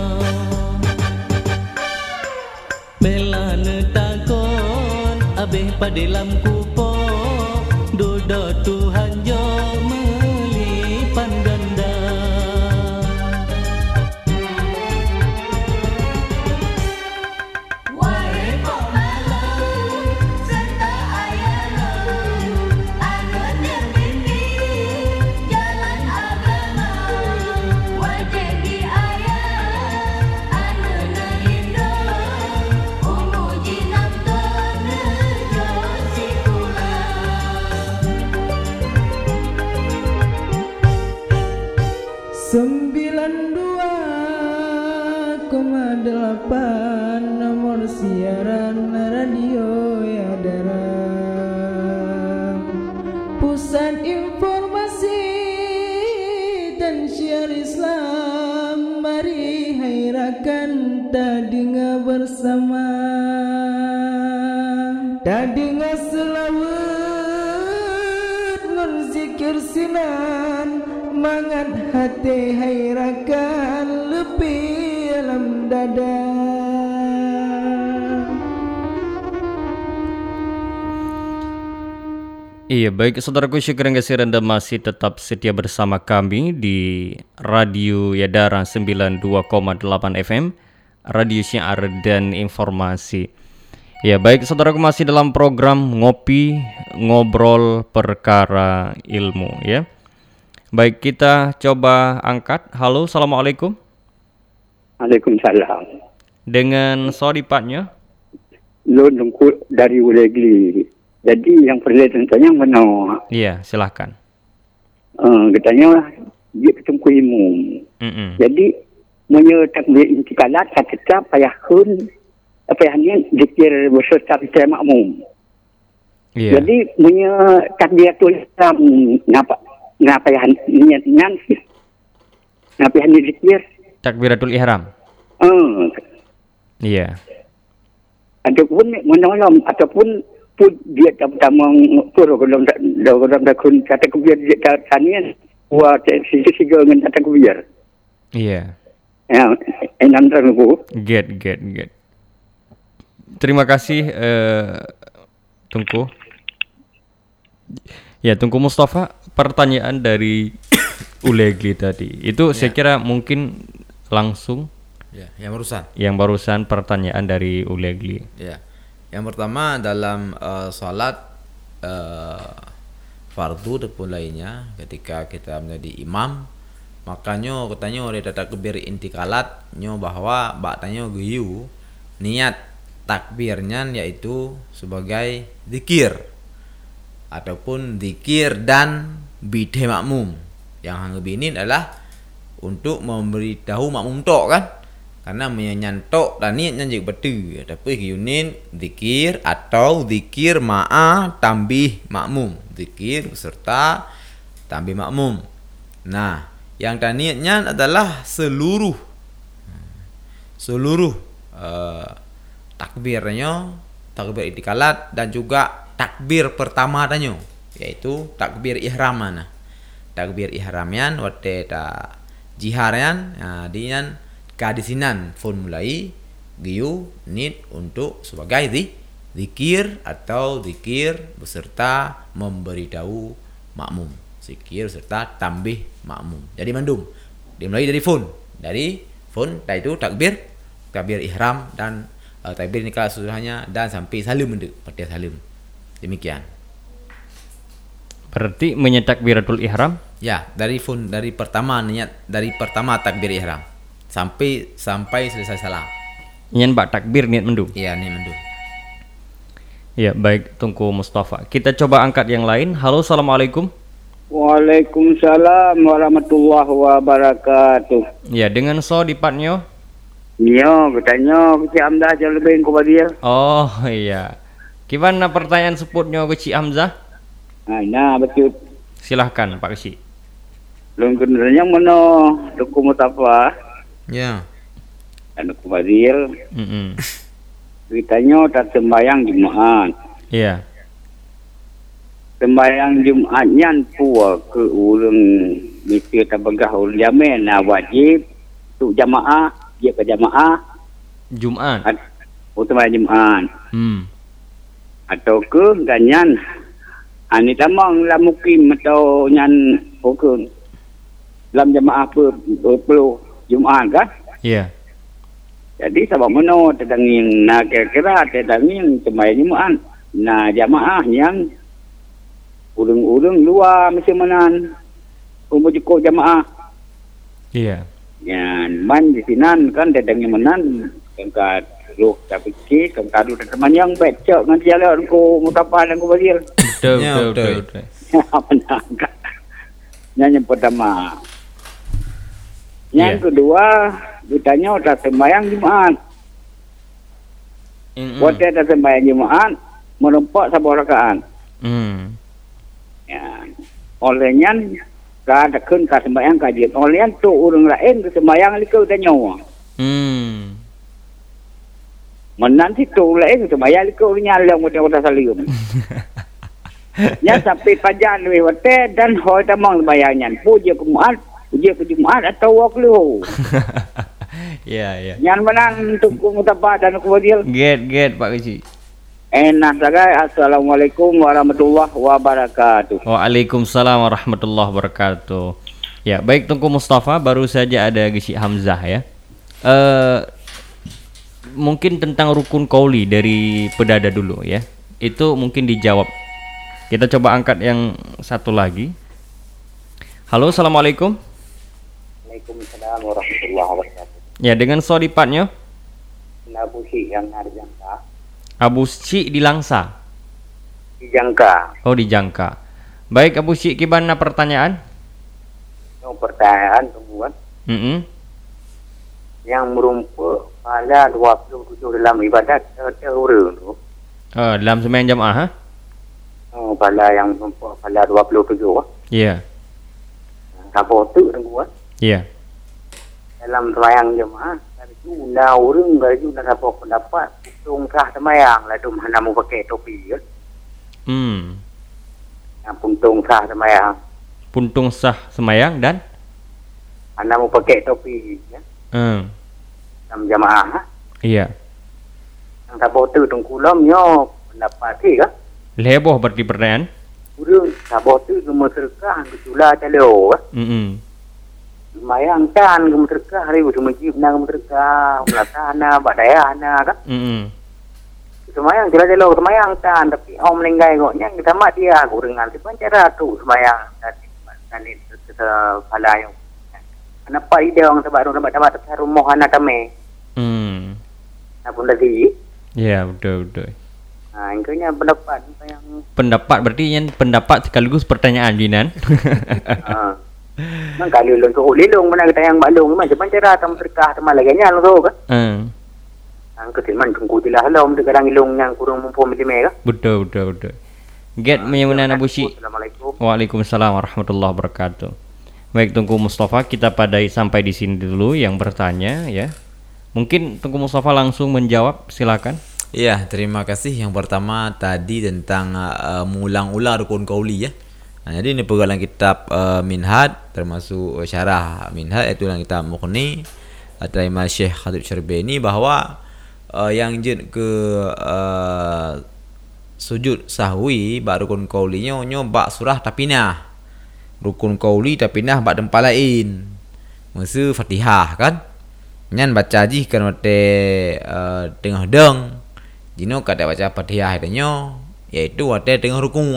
H: belah ne takut abeh padelam kupo dodo Tuhan jo ganda wae pemala serta ayana anu bimbing jalan agama wajib di ayah anu nelindung umuji namton nejo sikula
I: 92,8 nomor siaran radio Yadara Pusat Informasi dan Syiar Islam mari hairakan tadinga bersama tadinga selawat nun zikir sinan mangat hati hairakan lebih dalam dada.
A: Iya, baik saudaraku, syukur yang kasih Anda masih tetap setia bersama kami di Radio Yadara 92,8 FM, Radio Syiar dan Informasi. Ya, baik saudaraku, masih dalam program Ngopi Ngobrol Perkara Ilmu ya. Baik, kita coba angkat. Halo, Assalamualaikum.
J: Waalaikumsalam.
A: Dengan sodipatnya?
J: Lo nunggu dari Ulegli. Jadi yang perlu tentanya mana?
A: Iya, silahkan.
J: Katanya dia ketemu imum. Jadi punya takbir intikalat kata payah kun apa yang zikir berserta kita makmum.
A: Iya.
J: Jadi punya takbiratul ihram ngapa yang niatnya sih? Ngapa yang zikir?
A: Takbiratul ihram. Iya.
J: Ataupun menolong ataupun pun dia pertama mengukur dalam dakun kata kubir dia tanya buat sisi dengan kata kubir.
A: Iya.
J: Ya, enam terlalu.
A: Get. Terima kasih Tungku. Ya, Tungku Mustafa, pertanyaan dari Ulegli tadi. Itu saya kira mungkin langsung
B: Ya, yang barusan.
A: Yang barusan pertanyaan dari Ulegli.
B: Ya. Yang pertama dalam salat fardu ataupun lainnya ketika kita menjadi imam, makanya katanya oleh takbir intikalat nyo bahwa baktanyo geyu niat takbirnya yaitu sebagai zikir ataupun zikir dan bidhe makmum. Yang hanggap ini adalah untuk memberitahu makmum tok kan, karena menyantok dan niatnya juga betul. Tapi yunin zikir atau zikir ma'a tambih makmum, zikir beserta tambih makmum. Nah, yang niatnya adalah seluruh takbirnya, takbir intikalat dan juga takbir pertama tanya, yaitu takbir ihram mana. Takbir ihramyan wate ta jiharyan dian kadisinan formulai giu nit untuk sebagai zikir atau zikir beserta memberitahu makmum, zikir serta tambih makmum. Jadi mandum dimulai dari fun itu takbir ihram dan takbir nikah seluruhnya dan sampai salim pada salim. Demikian.
A: Berarti menyetakbiratul ihram?
B: Ya, dari pertama niat dari pertama takbir ihram sampai selesai salam.
A: Nyen bak takbir niat mendung.
B: Iya, niat mendung.
A: Ya, baik Tungku Mustafa. Kita coba angkat yang lain. Halo, assalamualaikum.
C: Waalaikumsalam warahmatullahi wabarakatuh.
A: Ya, dengan dipatnyo.
C: Yo, katanya Cik Hamzah jauh lebih ke dia.
A: Oh iya. Gimana pertanyaan seputnya ke Cik Hamzah?
C: Nah, betul.
A: Silahkan Pak Keci.
C: Belum kenalnya mana Duku Mustafa.
B: Ya.
C: Dan Duku Badil. Ceritanya tak sembahyang Jumat.
A: Iya.
C: Sembahyang Jumatnya pua ke urang mesti tabagah urang jamin wajib untuk jamaah, dia ke jamaah
A: Jumat.
C: Sembahyang Jumat. Atau ke ganyan ani tamang la mukim atau nyan pokok dalam jamaah perlu Jumat kan?
A: Iya.
C: Jadi sebab mana terdangin nak kira-kira terdangin sembahyang Jumat. Nah jamaah yang urang-urang luar macam mana umur cukup jamaah.
A: Iya.
C: Ya, man di sinan kan terdangin menan kan ruh tapi ke kan kadu teman yang becok nanti jalan ko mutapa dan ko bazir.
A: Betul.
C: Yang pertama. Yang kedua, ditanya tak sembahyang Jumat. Waktu tak sembahyang Jumat, merempak sebuah rakaat. Ya. Olehnya, kada kun ka sembahyang kajian. Olehnya tu orang lain ke sembahyang likau tanya. Menanti tu lain ke sembahyang likau nyalong udah salim. Ya sampai pajan we wate dan hoi tamang bayangan puja ke Jumat atau waklu.
A: Iya.
C: Yang menang untuk mutaba dan kemudian
A: Get Pak Keci.
C: Enak sagai. Assalamualaikum warahmatullahi wabarakatuh.
A: Waalaikumsalam warahmatullahi wabarakatuh. Ya, baik Tungku Mustafa, baru saja ada Gisi Hamzah ya. Mungkin tentang rukun qauli dari pedada dulu ya. Itu mungkin dijawab. Kita coba angkat yang satu lagi. Halo, assalamualaikum.
C: Waalaikumsalam warahmatullahi wabarakatuh.
A: Ya, dengan dipatnya.
C: Abu Syik yang ada jangka.
A: Abu Syik di Langsa.
C: Dijangka.
A: Oh, dijangka. Baik Abu Syik, gimana pertanyaan?
C: Yang pertanyaan tungguan. Yang merumpuk Pada 27 dalam ibadat orang tu.
A: Dalam sembahyang jamaah, ha?
C: Oh, pada yang pada 27
A: Ya.
C: Apa tu tengku
A: Ya.
C: dalam sembahyang jemaah itu dah orang baju dah apa pendapat hitung sah sembahyang lah tu mana mau pakai topi kan. Yang puntung sah sembahyang.
A: Puntung sah sembahyang dan
C: Mana mau pakai topi ya. Dalam jemaah.
A: Iya.
C: Yang tak tu tengku lamnya pendapat sih kan.
A: Leboh berarti pertanyaan.
C: Orang tak tu cuma serkah kecuali calo. Sembahyang kan kamu terkah hari itu masjid nang terkah melatana badayana kan. Sembahyang jelas lo sembahyang kan tapi om lenggai koknya kita mak dia aku dengan siapa cara tu sembahyang dan itu pala yang kenapa ide orang terbaru dapat rumah anak kami. Apa lagi?
A: Ya betul.
C: Nah, intinya pendapat yang
A: berarti yang pendapat sekaligus pertanyaan Jinan.
C: Mang kalau lon tu lelong mana kita yang balong macam cara tam terkah tam lagi nya lo tu kan. Ang ketiman tunggu dilah halom de kadang ilong yang kurang mampu mitime ka.
A: Betul. Get menyemana Busi.
C: Assalamualaikum.
A: Waalaikumsalam warahmatullahi wabarakatuh. Baik Tungku Mustafa, kita sampai di sini dulu yang bertanya ya. Mungkin Tungku Mustafa langsung menjawab, silakan.
B: Iya, terima kasih. Yang pertama tadi tentang mengulang-ulang rukun qauli ya. Nah, jadi ini pegalan kitab Minhaj termasuk syarah Minhaj itu dalam kitab Mughni dari Syekh Khatib Syarbini bahwa yang jin ke sujud sahwi bak rukun qaulinya bak surah tapinah. Rukun qauli tapinah bak tempat lain. Masa Fatihah kan. Nyan baca ji kan mate tengah deng. Jino kada baca Fatihah itanyo yaitu ate tengah rukun.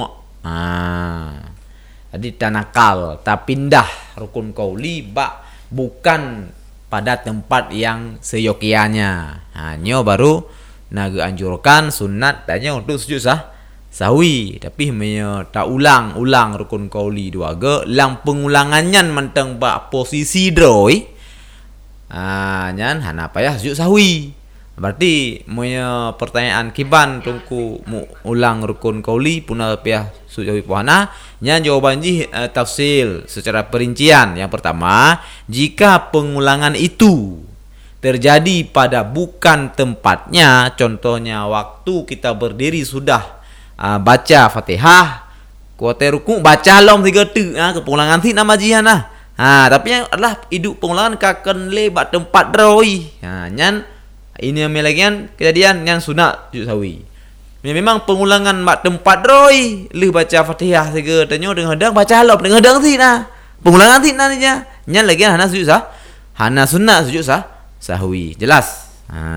B: Jadi tanakal, tak pindah rukun qauli bak bukan pada tempat yang seyokianya. Hanya baru naga anjurkan sunat tanya untuk sujud sahwi, tapi tak ulang rukun qauli dua ge, lang pengulangannya mentang bak posisi droi. Nyan hana payah sujud sahwi. Berarti punya pertanyaan kiban tungku ulang rukun qauli punah payah sujud puana nya jawaban tafsil secara perincian. Yang pertama, jika pengulangan itu terjadi pada bukan tempatnya, contohnya waktu kita berdiri sudah baca Fatihah, kuate ruku baca lom 3 tu pengulangan ti nama jihan tapi yang adalah hidup pengulangan kaken lebat tempat droi. Nyan ini yang kejadian yang sunat sujud sahwi. Memang pengulangan mak tempat droi lu baca Fatihah saja tanya dengan hedang baca halop dengan hedang ti pengulangan ti nya nyan lagi hana sujud hana sunat sujud sahwi jelas.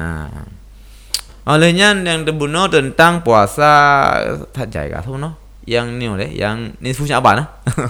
B: Olehnya yang terbunuh tentang puasa tajai kah tu yang ni oleh yang nisfu Sya'ban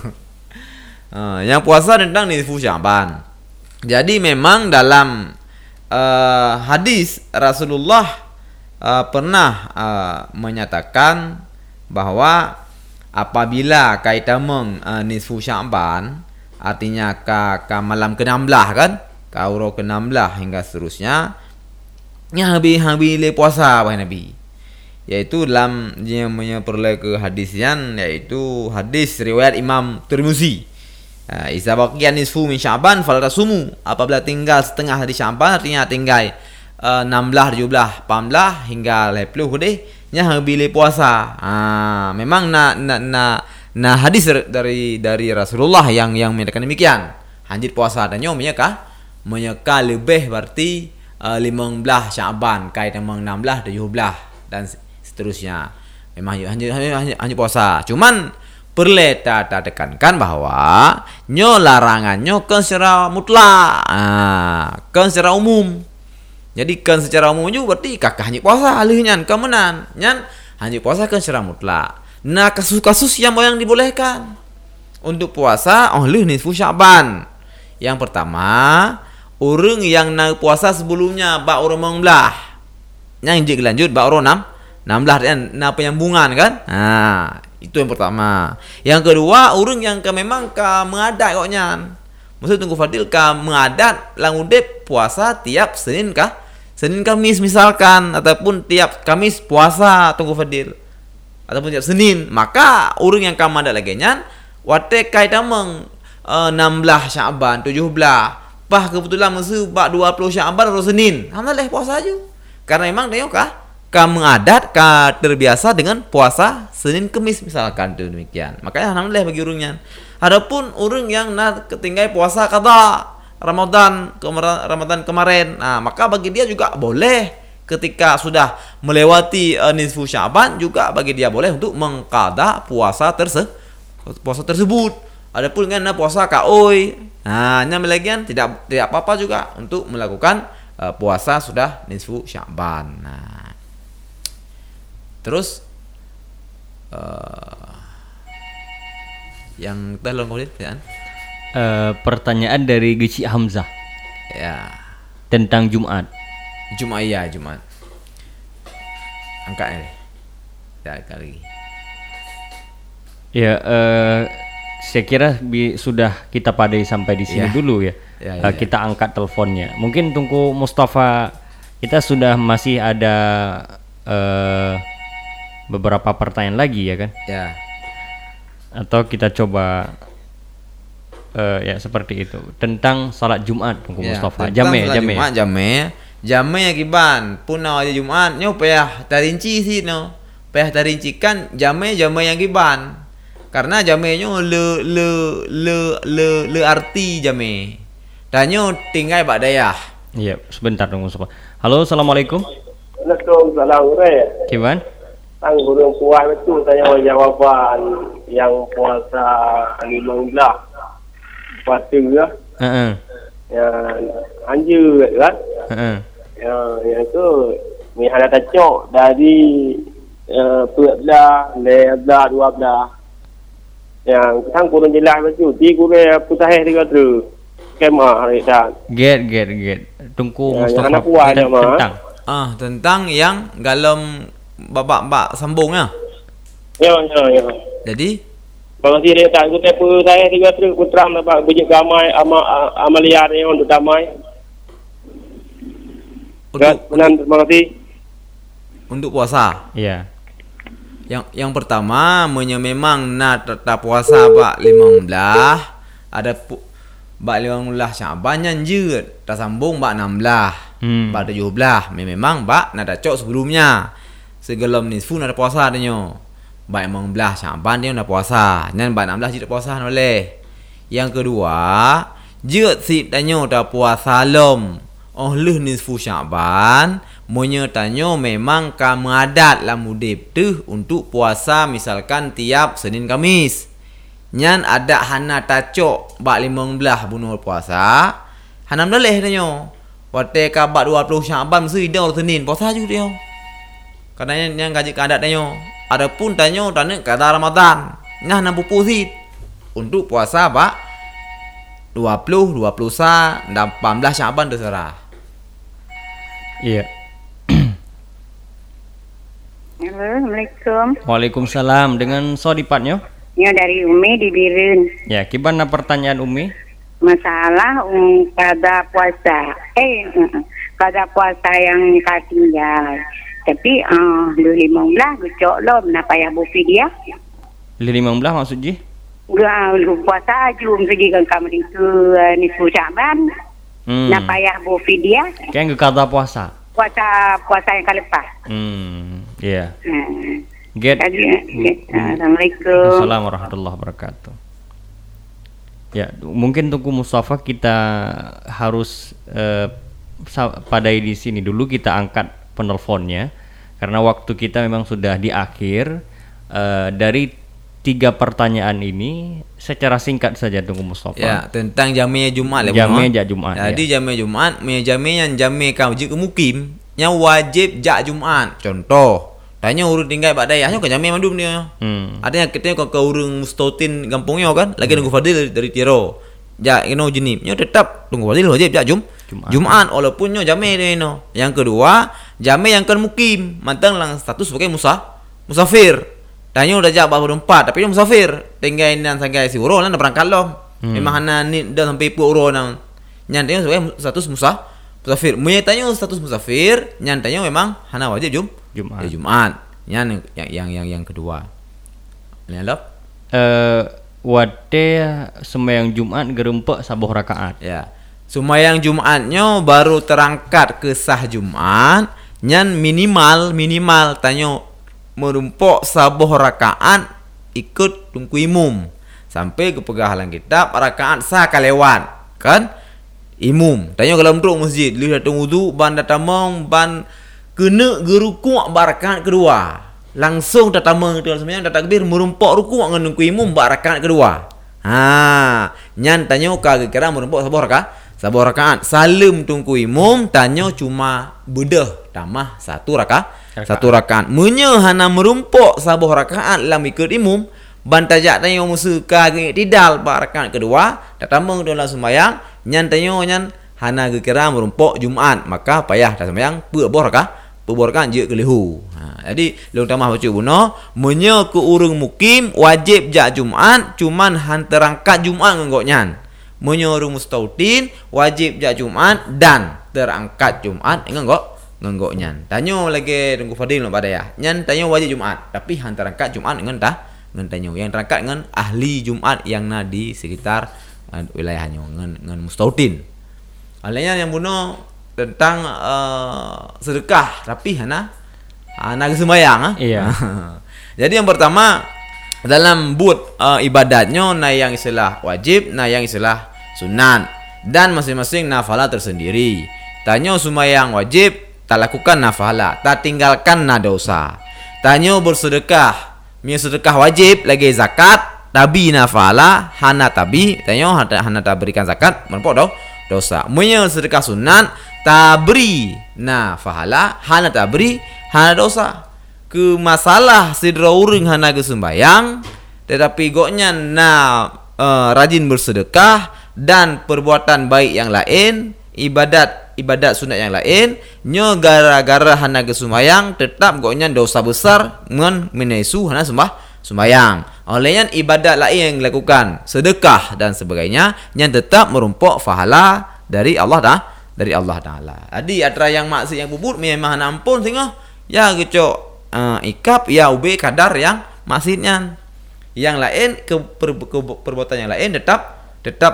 B: yang puasa tentang nisfu Sya'ban. Jadi memang dalam hadis Rasulullah pernah menyatakan bahwa apabila kaitan nisfu Sya'ban artinya ke malam ke-16 kan, ke aura ke-16 hingga seterusnya nya habis le puasa wahai Nabi. Yaitu dalam yang memperoleh ke hadisnya yaitu hadis riwayat Imam Tirmizi. Iza baqiya nisfu min Sya'ban fala tasumu. Apabila tinggal setengah hari Sya'ban artinya tinggal 16, 17, 18 hingga 20 deh nya habis puasa. Memang na hadis dari Rasulullah yang menyatakan demikian. Hanjit puasa adanya menyeka lebih berarti 15 Sya'ban kait memang 16, 17 dan seterusnya. Memang hanya puasa. Cuman perlu tak tekankan bahwa larangannya kan secara mutlak, kan secara umum. Jadi kan secara umum juga berarti kakak hanya puasa alihnya kemenan nyan hanya puasa kan secara mutlak. Nah kasus-kasus yang dibolehkan untuk puasa oleh nisfu Sya'ban. Yang pertama, orang yang nak puasa sebelumnya bak orang mengbelah. Yang lanjut bak orang 16 dan na penyambungan kan? Itu yang pertama. Yang kedua, orang yang memang mengadat koknya. Maksud tunggu Fadil mengadat langudep puasa tiap Senin Senin Kamis misalkan, ataupun tiap Kamis puasa Tunggu Fadil, ataupun tiap Senin, maka urang yang kamada lagi nyan wate kai tameng 16 Syaban 17 pah kebetulan mesti 20 Syaban atau Senin, alhamdulillah puasa aja. Karena memang dia mengadat terbiasa dengan puasa Senin Kamis misalkan tuh demikian. Makanya alhamdulillah bagi urangnya. Adapun urang yang ketinggai puasa qada Ramadan kemarin, nah maka bagi dia juga boleh ketika sudah melewati nisfu Syaban juga bagi dia boleh untuk mengqada puasa tersebut. Adapun kan puasa kaoi, nah nya melagian tidak apa-apa juga untuk melakukan puasa sudah nisfu Syaban. Nah, terus yang tolong kulit kan?
A: Pertanyaan dari Geci Hamzah.
B: Ya.
A: Tentang Jumat.
B: Jumat. Angkanya deh. Ya kali. Ya,
A: saya kira sudah kita padai sampai di sini dulu ya. Kita angkat teleponnya. Mungkin tunggu Mustafa, kita sudah masih ada beberapa pertanyaan lagi ya kan?
B: Ya.
A: Atau kita coba ya seperti itu tentang salat Jumat tunggu Mustafa.
B: Jame kiban pun aja Jumat nyo payah tarinci sih no. Payah tarincikan jame yang kiban. Karena jamenya le arti jame. Danyo tinggal Pak Dayah.
A: Iya, sebentar dong Mustafa. Halo, assalamualaikum.
G: Waalaikumsalam.
A: Gimana?
G: Tang burung puas itu tanya jawaban yang puasa 15. Puasa ya. Ya, anjur kan? Ya, itu ni ada tacok dari 14, 12. Yang tang kurang jelas betul. Ti kurang putah dia tu. Kemah hari dah.
A: Get. Tunggu Mustafa
B: tentang yang galem babak sambungnya.
G: Ya.
B: Jadi
G: bang si dia tak ikut apa saya tiga terus putra bapak bujik damai amalia ni untuk damai. Terima kasih.
B: Untuk puasa.
A: Iya.
B: Yang pertama memang tetap puasa bak 15 ada bak 15 Syaban nyanjut tersambung bak 16 bak 17 memang bak nada cok sebelumnya segelom nisfu nada puasa adanya bak 15 Syaban dia nada puasa dan bak 16 tidak puasa oleh. Yang kedua jut sip tanya dah puasa lom leh nisfu Syaban tanyo memang kamu adat lah mudib tu untuk puasa misalkan tiap Senin Kamis. Nyan ada hana tacok bak 15 bunuh puasa. Hana meleleh tanyo. Wate ka bak 20 Syaban mesti dia Senin puasa juga dia. Karena yang gaji adat tanyo. Adapun tanyo tanya kata Ramadan. Ngah 60 sit untuk puasa bak 20 sa dan 18 Syaban terserah.
A: Iya.
E: Assalamualaikum.
A: Waalaikumsalam. Dengan sodipatnya?
E: Ya dari Umi di Biren.
A: Ya, gimana pertanyaan Umi?
E: Masalah pada puasa. Pada puasa yang katinggal. Tapi 15 gecok lo kenapa ya bu dia?
A: 15 maksud Ji?
E: Enggak, lu puasa jum pergi kan kamu itu nisfu Syaban. Kenapa ya bu dia?
A: Kayak enggak kata puasa.
E: Puasa yang kali lepas.
A: Iya. Get.
E: Assalamualaikum.
A: Assalamualaikum warahmatullahi wabarakatuh. Ya, mungkin tunggu Mustafa kita harus padai di sini dulu, kita angkat penelponnya karena waktu kita memang sudah di akhir. Dari 3 pertanyaan ini secara singkat saja tunggu Mustafa.
B: Ya, tentang jamnya Jumat
A: jamnya Jumat.
B: Jadi jamnya Jumat, jamnya yang jamnya kau jika mukim, yang wajib jak Jumat. Contoh, tanya urut tinggal Pak Dayah, ke jamnya mandum dia. Ada yang kita ke urung Mustotin kampungnya kan, lagi nunggu Fadil dari Tiro. Jak jenip, nyo tetap tunggu Fadil wajib jak Jumat walaupun nyo jamnya dia no. Yang kedua, jamnya yang kan mukim, mantang lang status sebagai musafir. Tanya udah jak baru 4 tapi dia musafir. Tinggal nan sangai si uron nan berangkat lom. Memang hana ni dah sampai pu uron nan. Nyan dia sebagai status musafir. Menyatanya status musafir, nyantanya memang hana wajib
A: Jumat.
B: Jumat. Yang kedua. Lihat.
A: Wate sembahyang Jumat gerempek sabuh rakaat.
B: Ya. Sembahyang Jumatnya baru terangkat ke sah Jumat, nyan minimal tanyo merumpok sabuh rakaat ikut tungku imum sampai ke pegahalan kitab rakaat sah kalewat kan imum tanyo dalam tu masjid li datang wudu ban datamong ban kena gerukuk rakaat kedua langsung datamong tu sembahyang takbir merumpok rukuk ngan tungku imum rakaat kedua nyan tanyo kira merumpok sabuh rakaat salim tungku imum tanyo cuma bedah tamah satu rakaat munyo hana merumpok sabuh rakaat lam ikut imum bantajak tanyo musuka ke tidal rakaat kedua datamong dalam sembahyang nyan tanyo nyan hana kira merumpok Jumat maka payah dah sembahyang puboh rakaat je kelihu. Jadi long tamah baca buno munyo ke urang mukim wajib jak Jumat cuman hanterangkat Jumat ngengok nyan. Munyo urang mustautin wajib jak Jumat dan terangkat Jumat ngengok nyan. Tanyo lagi tunggu fadil nak pada ya. Nyan tanyo wajib Jumat tapi hanterangkat Jumat ngan tanyo yang terangkat ngan ahli Jumat yang na di sekitar wilayahnya ngan mustautin. Alanya yang buno tentang sedekah tapi hana sembahyang
A: Iya.
B: Jadi yang pertama dalam but ibadatnya na yang istilah wajib, na yang istilah sunat dan masing-masing nafala tersendiri. Tanyo sembahyang wajib tak lakukan nafala, tak tinggalkan na dosa. Tanyo bersedekah, sedekah wajib lagi zakat, tabi nafala, hana tabi, tanyo hana tak berikan zakat, merupakan dosa. Munyo sedekah sunat tabri nafala, hana tabri, hana dosa. Ke masalah sidra urang hana ke sembahyang tetapi goknya rajin bersedekah dan perbuatan baik yang lain, ibadat sunat yang lain, nyo gara-gara hana ke sembahyang tetap goknya dosa besar ngan menesu hana sembahyang. Olehnya ibadat lain yang dilakukan, sedekah dan sebagainya yang tetap merumpok pahala dari Allah Taala. Jadi antara yang maksud yang bubur memang hana ampun sehingga ya gecok ikap ya ube kadar yang maksudnya yang lain perbuatan yang lain tetap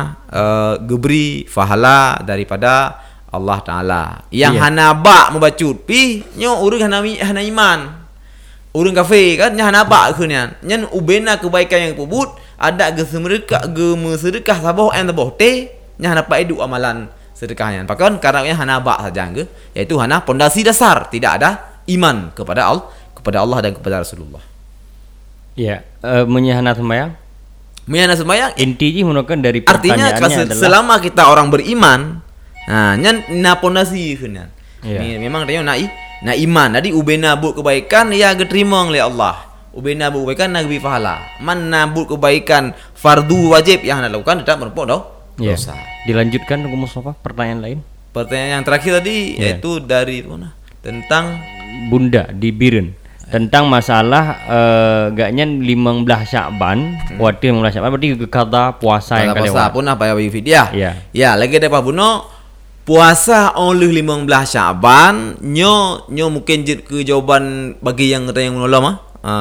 B: geberi pahala daripada Allah Taala. Yang hana bak membacut pi nyo urang hana iman. Urang kafir kan nya hana bak keunian. Nyen ubena kebaikan yang pubut ada sedekah sabah and sabah te nya hana paidu amalan sedekahnya. Bahkan karena hana bak saja ke yaitu hana pondasi dasar tidak ada iman kepada Allah dan kepada Rasulullah.
A: Ya, menyahana sembahyang.
B: Menyahana sembahyang
A: intinya merupakan dari pertanyaannya
B: artinya
A: adalah
B: selama kita orang beriman, na pondasi keunian. Memang dia na iman. Jadi ubena buat kebaikan ya diterima oleh Allah. Ubena buat kebaikan nak beri pahala. Man buat kebaikan fardu wajib yang anda lakukan tetap merupakan dosa.
A: Dilanjutkan tunggu Mustafa pertanyaan lain.
B: Pertanyaan yang terakhir tadi yaitu dari mana? Tentang
A: Bunda di Biren tentang masalah gaknya 15 Sya'ban, waktu 15 Sya'ban berarti kata puasa yang
B: puasa pun apa ya fidyah. Ya, lagi ada Pak Buno puasa oleh 15 Sya'ban nyo mungkin ke jawaban bagi yang kata yang menolong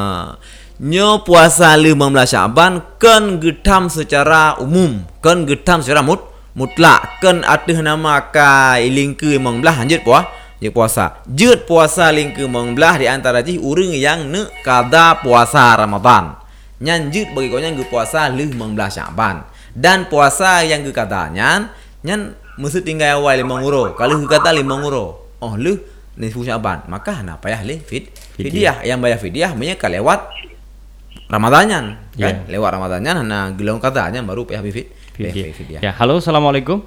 B: nyo puasa 15 Sya'ban kan getam secara umum, kan getam secara mutlak, kan ada nama ka iling ke 15 lanjut puasa. Jut puasa ling ke 15 di antara ji urang yang ne kada puasa Ramadan. Nyan jut bagi konya ge puasa 15 Sya'ban. Dan puasa yang ge katanya nyan mesti tinggal awal 5 euro. Kalau ge kata 5 euro. Oh lu nisfu Sya'ban, maka na payah le fidyah. Yang bayar fidyah punya kalewat Ramadannya kan. Lewat Ramadannya na gelong katanya baru payah fidyah.
A: Ya, halo, assalamualaikum.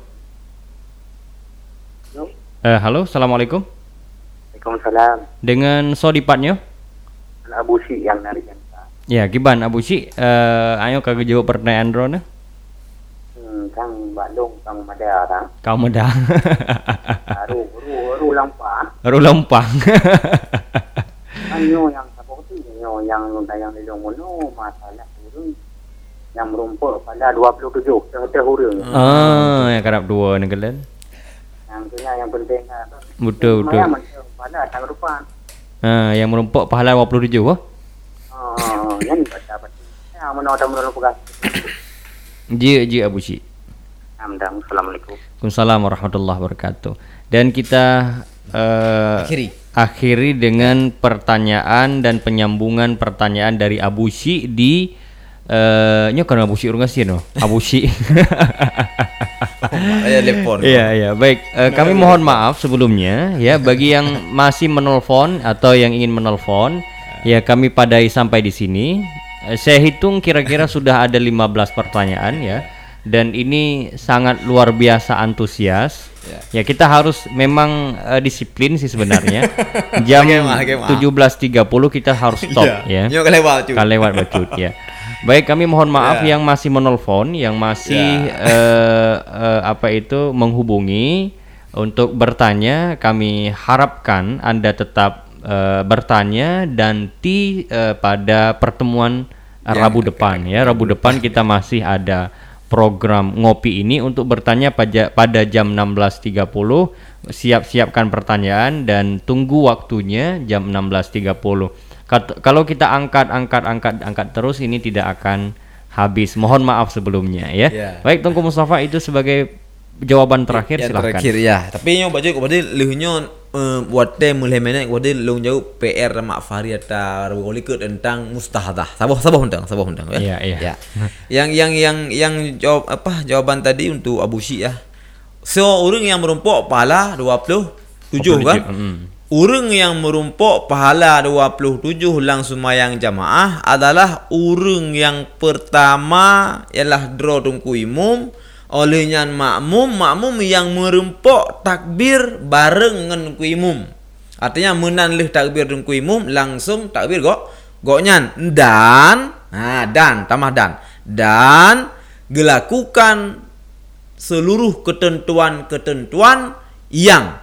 A: Halo, assalamualaikum.
K: Waalaikumsalam.
A: Dengan sodipatnya?
K: Abu Syik yang dari Jakarta.
A: Ya, giban Abu Syik. Ayo kagak jawab pertanyaan drone.
K: Kang Bandung, Kang Madara.
A: Kang Madara.
K: Ru Lampang.
A: Ru Lampang.
K: Anyo yang seperti yang di Lomono masalah urang yang merumpuk pada 27 hurung.
A: Yang kerap dua negelen.
K: Yang punya yang penting
A: Betul.
K: pada tang rupa.
A: Yang menumpuk pahala 27
K: Oh, yang baca apa? Ya, menolak pegas.
A: Ji Abu Syik.
K: Assalamualaikum.
A: Waalaikumsalam warahmatullahi wabarakatuh. Dan kita akhiri dengan pertanyaan dan penyambungan pertanyaan dari Abu Syik di karena Abu Syik urang kasih no. Abu Syik. Iya. Baik, kami mohon maaf sebelumnya ya bagi yang masih menelpon atau yang ingin menelpon, ya kami padai sampai di sini. Saya hitung kira-kira sudah ada 15 pertanyaan ya. Dan ini sangat luar biasa antusias. Ya kita harus memang disiplin sih sebenarnya. Jam 17.30 kita harus stop ya. Kalewat bacut ya. Baik, kami mohon maaf yang masih menelpon, yang masih menghubungi untuk bertanya. Kami harapkan Anda tetap bertanya dan pada pertemuan Rabu depan ya. Rabu depan kita masih ada program ngopi ini untuk bertanya pada jam 16.30. Siapkan pertanyaan dan tunggu waktunya jam 16.30. Kalau kita angkat terus ini tidak akan habis. Mohon maaf sebelumnya ya. Baik, Tunggu Mustafa, itu sebagai jawaban terakhir silakan.
B: Terakhir ya. Tapi yang baca kepada lehnya buat mulai menek kepada long jauh PR Mak Fahri atau Rabu ke tentang mustahadah. Sabah undang ya.
A: Iya.
B: Yang jawaban tadi untuk Abu Syik ya. Seorang yang merumpuk pahala 27 kan? Orang yang merumpuk pahala 27 langsung mayang jamaah adalah orang yang pertama ialah draw tungku imum, olehnya makmum yang merumpuk takbir bareng dengan ku imum. Artinya menanlih takbir tungku imum langsung takbir goknyan dan gelakukan seluruh ketentuan yang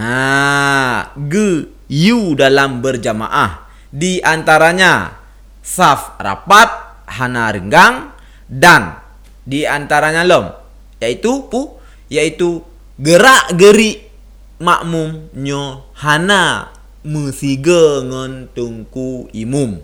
B: dalam berjamaah, di antaranya saf rapat hana renggang, dan di antaranya yaitu gerak-geri makmum nyo hana mesiga ngan tungku imum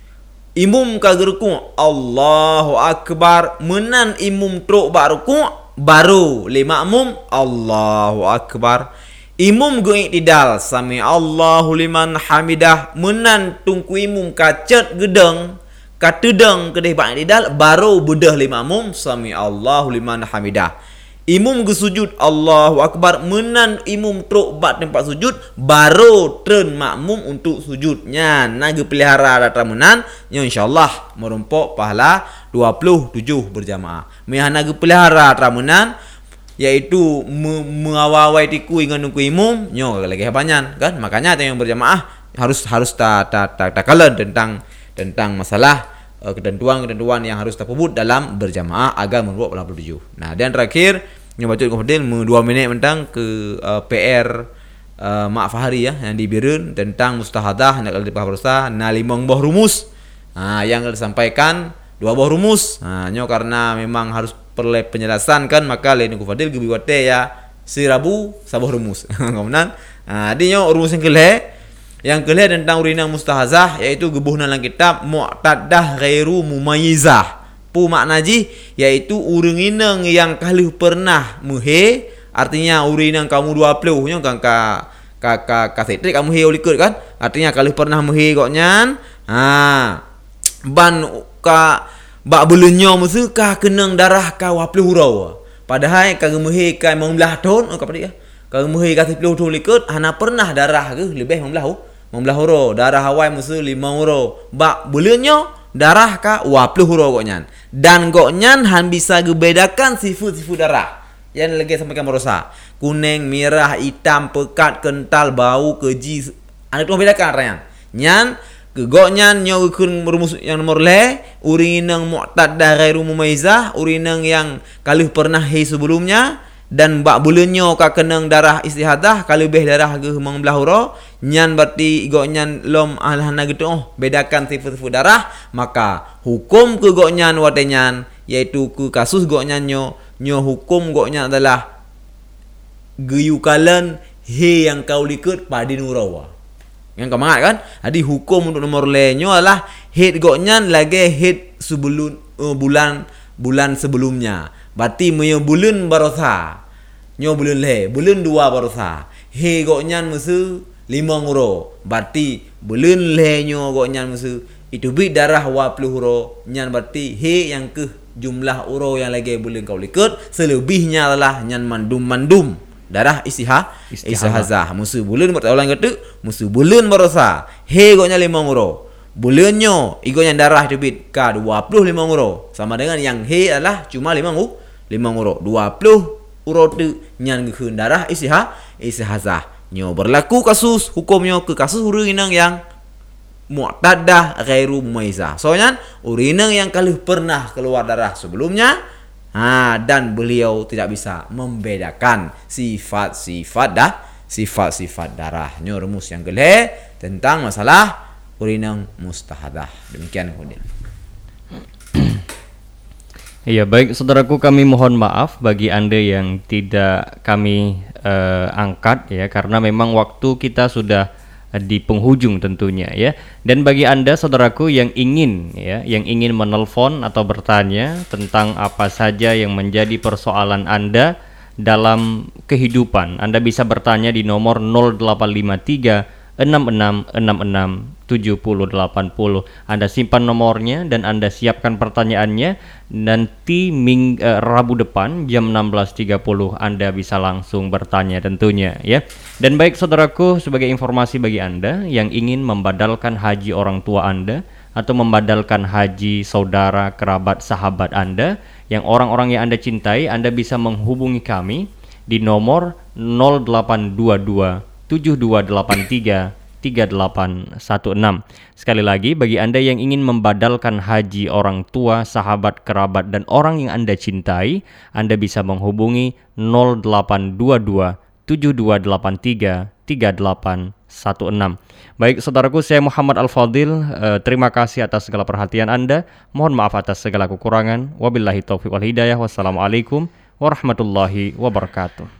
B: kagerku Allahu Akbar, menan imum truk baru li makmum Allahu Akbar. Imum go iktidal sami Allahu liman hamidah, menan tungku imum kacet gedeng katedeng kedeh bak iktidal baru bedah lima makmum sami Allahu liman hamidah. Imum go sujud Allahu Akbar, menan imum truk bak tempat sujud baru turn makmum untuk sujudnya. Naga pelihara data menan ya insyaallah merumpuk pahala 27 berjamaah. Meh naga pelihara data menan yaitu mengawai tiku dengan nungku imum nyo lagi banyak kan. Makanya yang berjamaah harus takalan tentang masalah ketentuan yang harus terpebut dalam berjamaah agar membuat 27. Nah, dan terakhir nyo baca kemudian 2 minit tentang ke PR Mak Fahri ya yang dibirun tentang mustahadah nak kalau dipaharsa na 5 buah rumus. Yang disampaikan 2 buah rumus. Nyo karena memang harus perlu penjelasan kan, maka lain ku Fadil gebi wate ya sirabu sabah rumus. Kemudian adinyo rumus yang kelih tentang urinang mustahazah yaitu gebuhna dalam kitab mu'taddah ghairu mumayyizah. Pu maknaji yaitu urinang yang kali pernah muhe, artinya urinang kamu 20 nya kan ka setrik kamu he ulikut kan, artinya kali pernah muhe goknyan ban ka bak belunyo musu ka kenang darah ka 20 hurau. Padahal ka gemuhe ka 15 tahun ka pada ya. Ka gemuhe ka 10 tahun likut hana pernah darah ke lebih 15 hurau. Darah hawai musu 5 hurau. Bak belunyo darah ka 20 hurau goknyan. Dan goknyan han bisa gebedakan sifat-sifat darah. Yang lagi sampaikan merosa. Kuning, merah, hitam, pekat, kental, bau, keji. Ada tu bedakan rayan. Nyan gegoknyan nyo kun rumus yang nomor urinang mu'taddah ghairu mumayyizah, urinang yang kalih pernah he sebelumnya, dan bak bulannya ka kenang darah istihadah kalih lebih darah ke 15 hurau nyan berarti goknyan lom alhana gitu bedakan sifat-sifat darah, maka hukum ke goknyan watenyan yaitu ke kasus goknyan nyo hukum goknyan adalah geyukalan he yang kau likut pada nurawa. Yang kau mangat kan? Jadi hukum untuk nomor lenyo adalah head goknya lagi head sebelum bulan sebelumnya. Berarti menyo bulan barosa. Nyo bulan le, bulan 2 barosa. He goknya musu 5 euro. Berarti bulan le nyo goknya musu itu bi darah 20 euro. Nyan berarti he yang ke jumlah euro yang lagi bulan kau likut, selebihnya adalah nyan mandum darah istihazah. Musuh bulan bertaulan kata musuh bulan barosa. He goknya 5 euro. Bulannya igonya darah debit ka 25 euro. Sama dengan yang he adalah cuma 5 euro. 20 euro tu nyan ke darah istihazah. Nyo berlaku kasus hukumnya ke kasus urinang yang mu'tadah ghairu mumaizah. Soalnya urinang yang kali pernah keluar darah sebelumnya, dan beliau tidak bisa membedakan sifat-sifat darah. Nyo rumus yang gele tentang masalah urinang mustahadah. Demikian kemudian.
A: Iya, baik saudaraku, kami mohon maaf bagi Anda yang tidak kami angkat ya, karena memang waktu kita sudah di penghujung tentunya ya. Dan bagi Anda saudaraku yang ingin menelpon atau bertanya tentang apa saja yang menjadi persoalan Anda dalam kehidupan, Anda bisa bertanya di nomor 0853 6666 7080. Anda simpan nomornya dan Anda siapkan pertanyaannya. Nanti Rabu depan jam 16.30 Anda bisa langsung bertanya tentunya ya. Dan baik saudaraku, sebagai informasi bagi Anda yang ingin membadalkan haji orang tua Anda atau membadalkan haji saudara, kerabat, sahabat Anda, yang orang-orang yang Anda cintai, Anda bisa menghubungi kami di nomor 0822 7283 3816. Sekali lagi, bagi Anda yang ingin membadalkan haji orang tua, sahabat, kerabat, dan orang yang Anda cintai, Anda bisa menghubungi 0822 7283 3816. Baik saudaraku, saya Muhammad Al-Fadil, terima kasih atas segala perhatian Anda. Mohon maaf atas segala kekurangan. Wabillahi taufiq wal hidayah. Wassalamualaikum warahmatullahi wabarakatuh.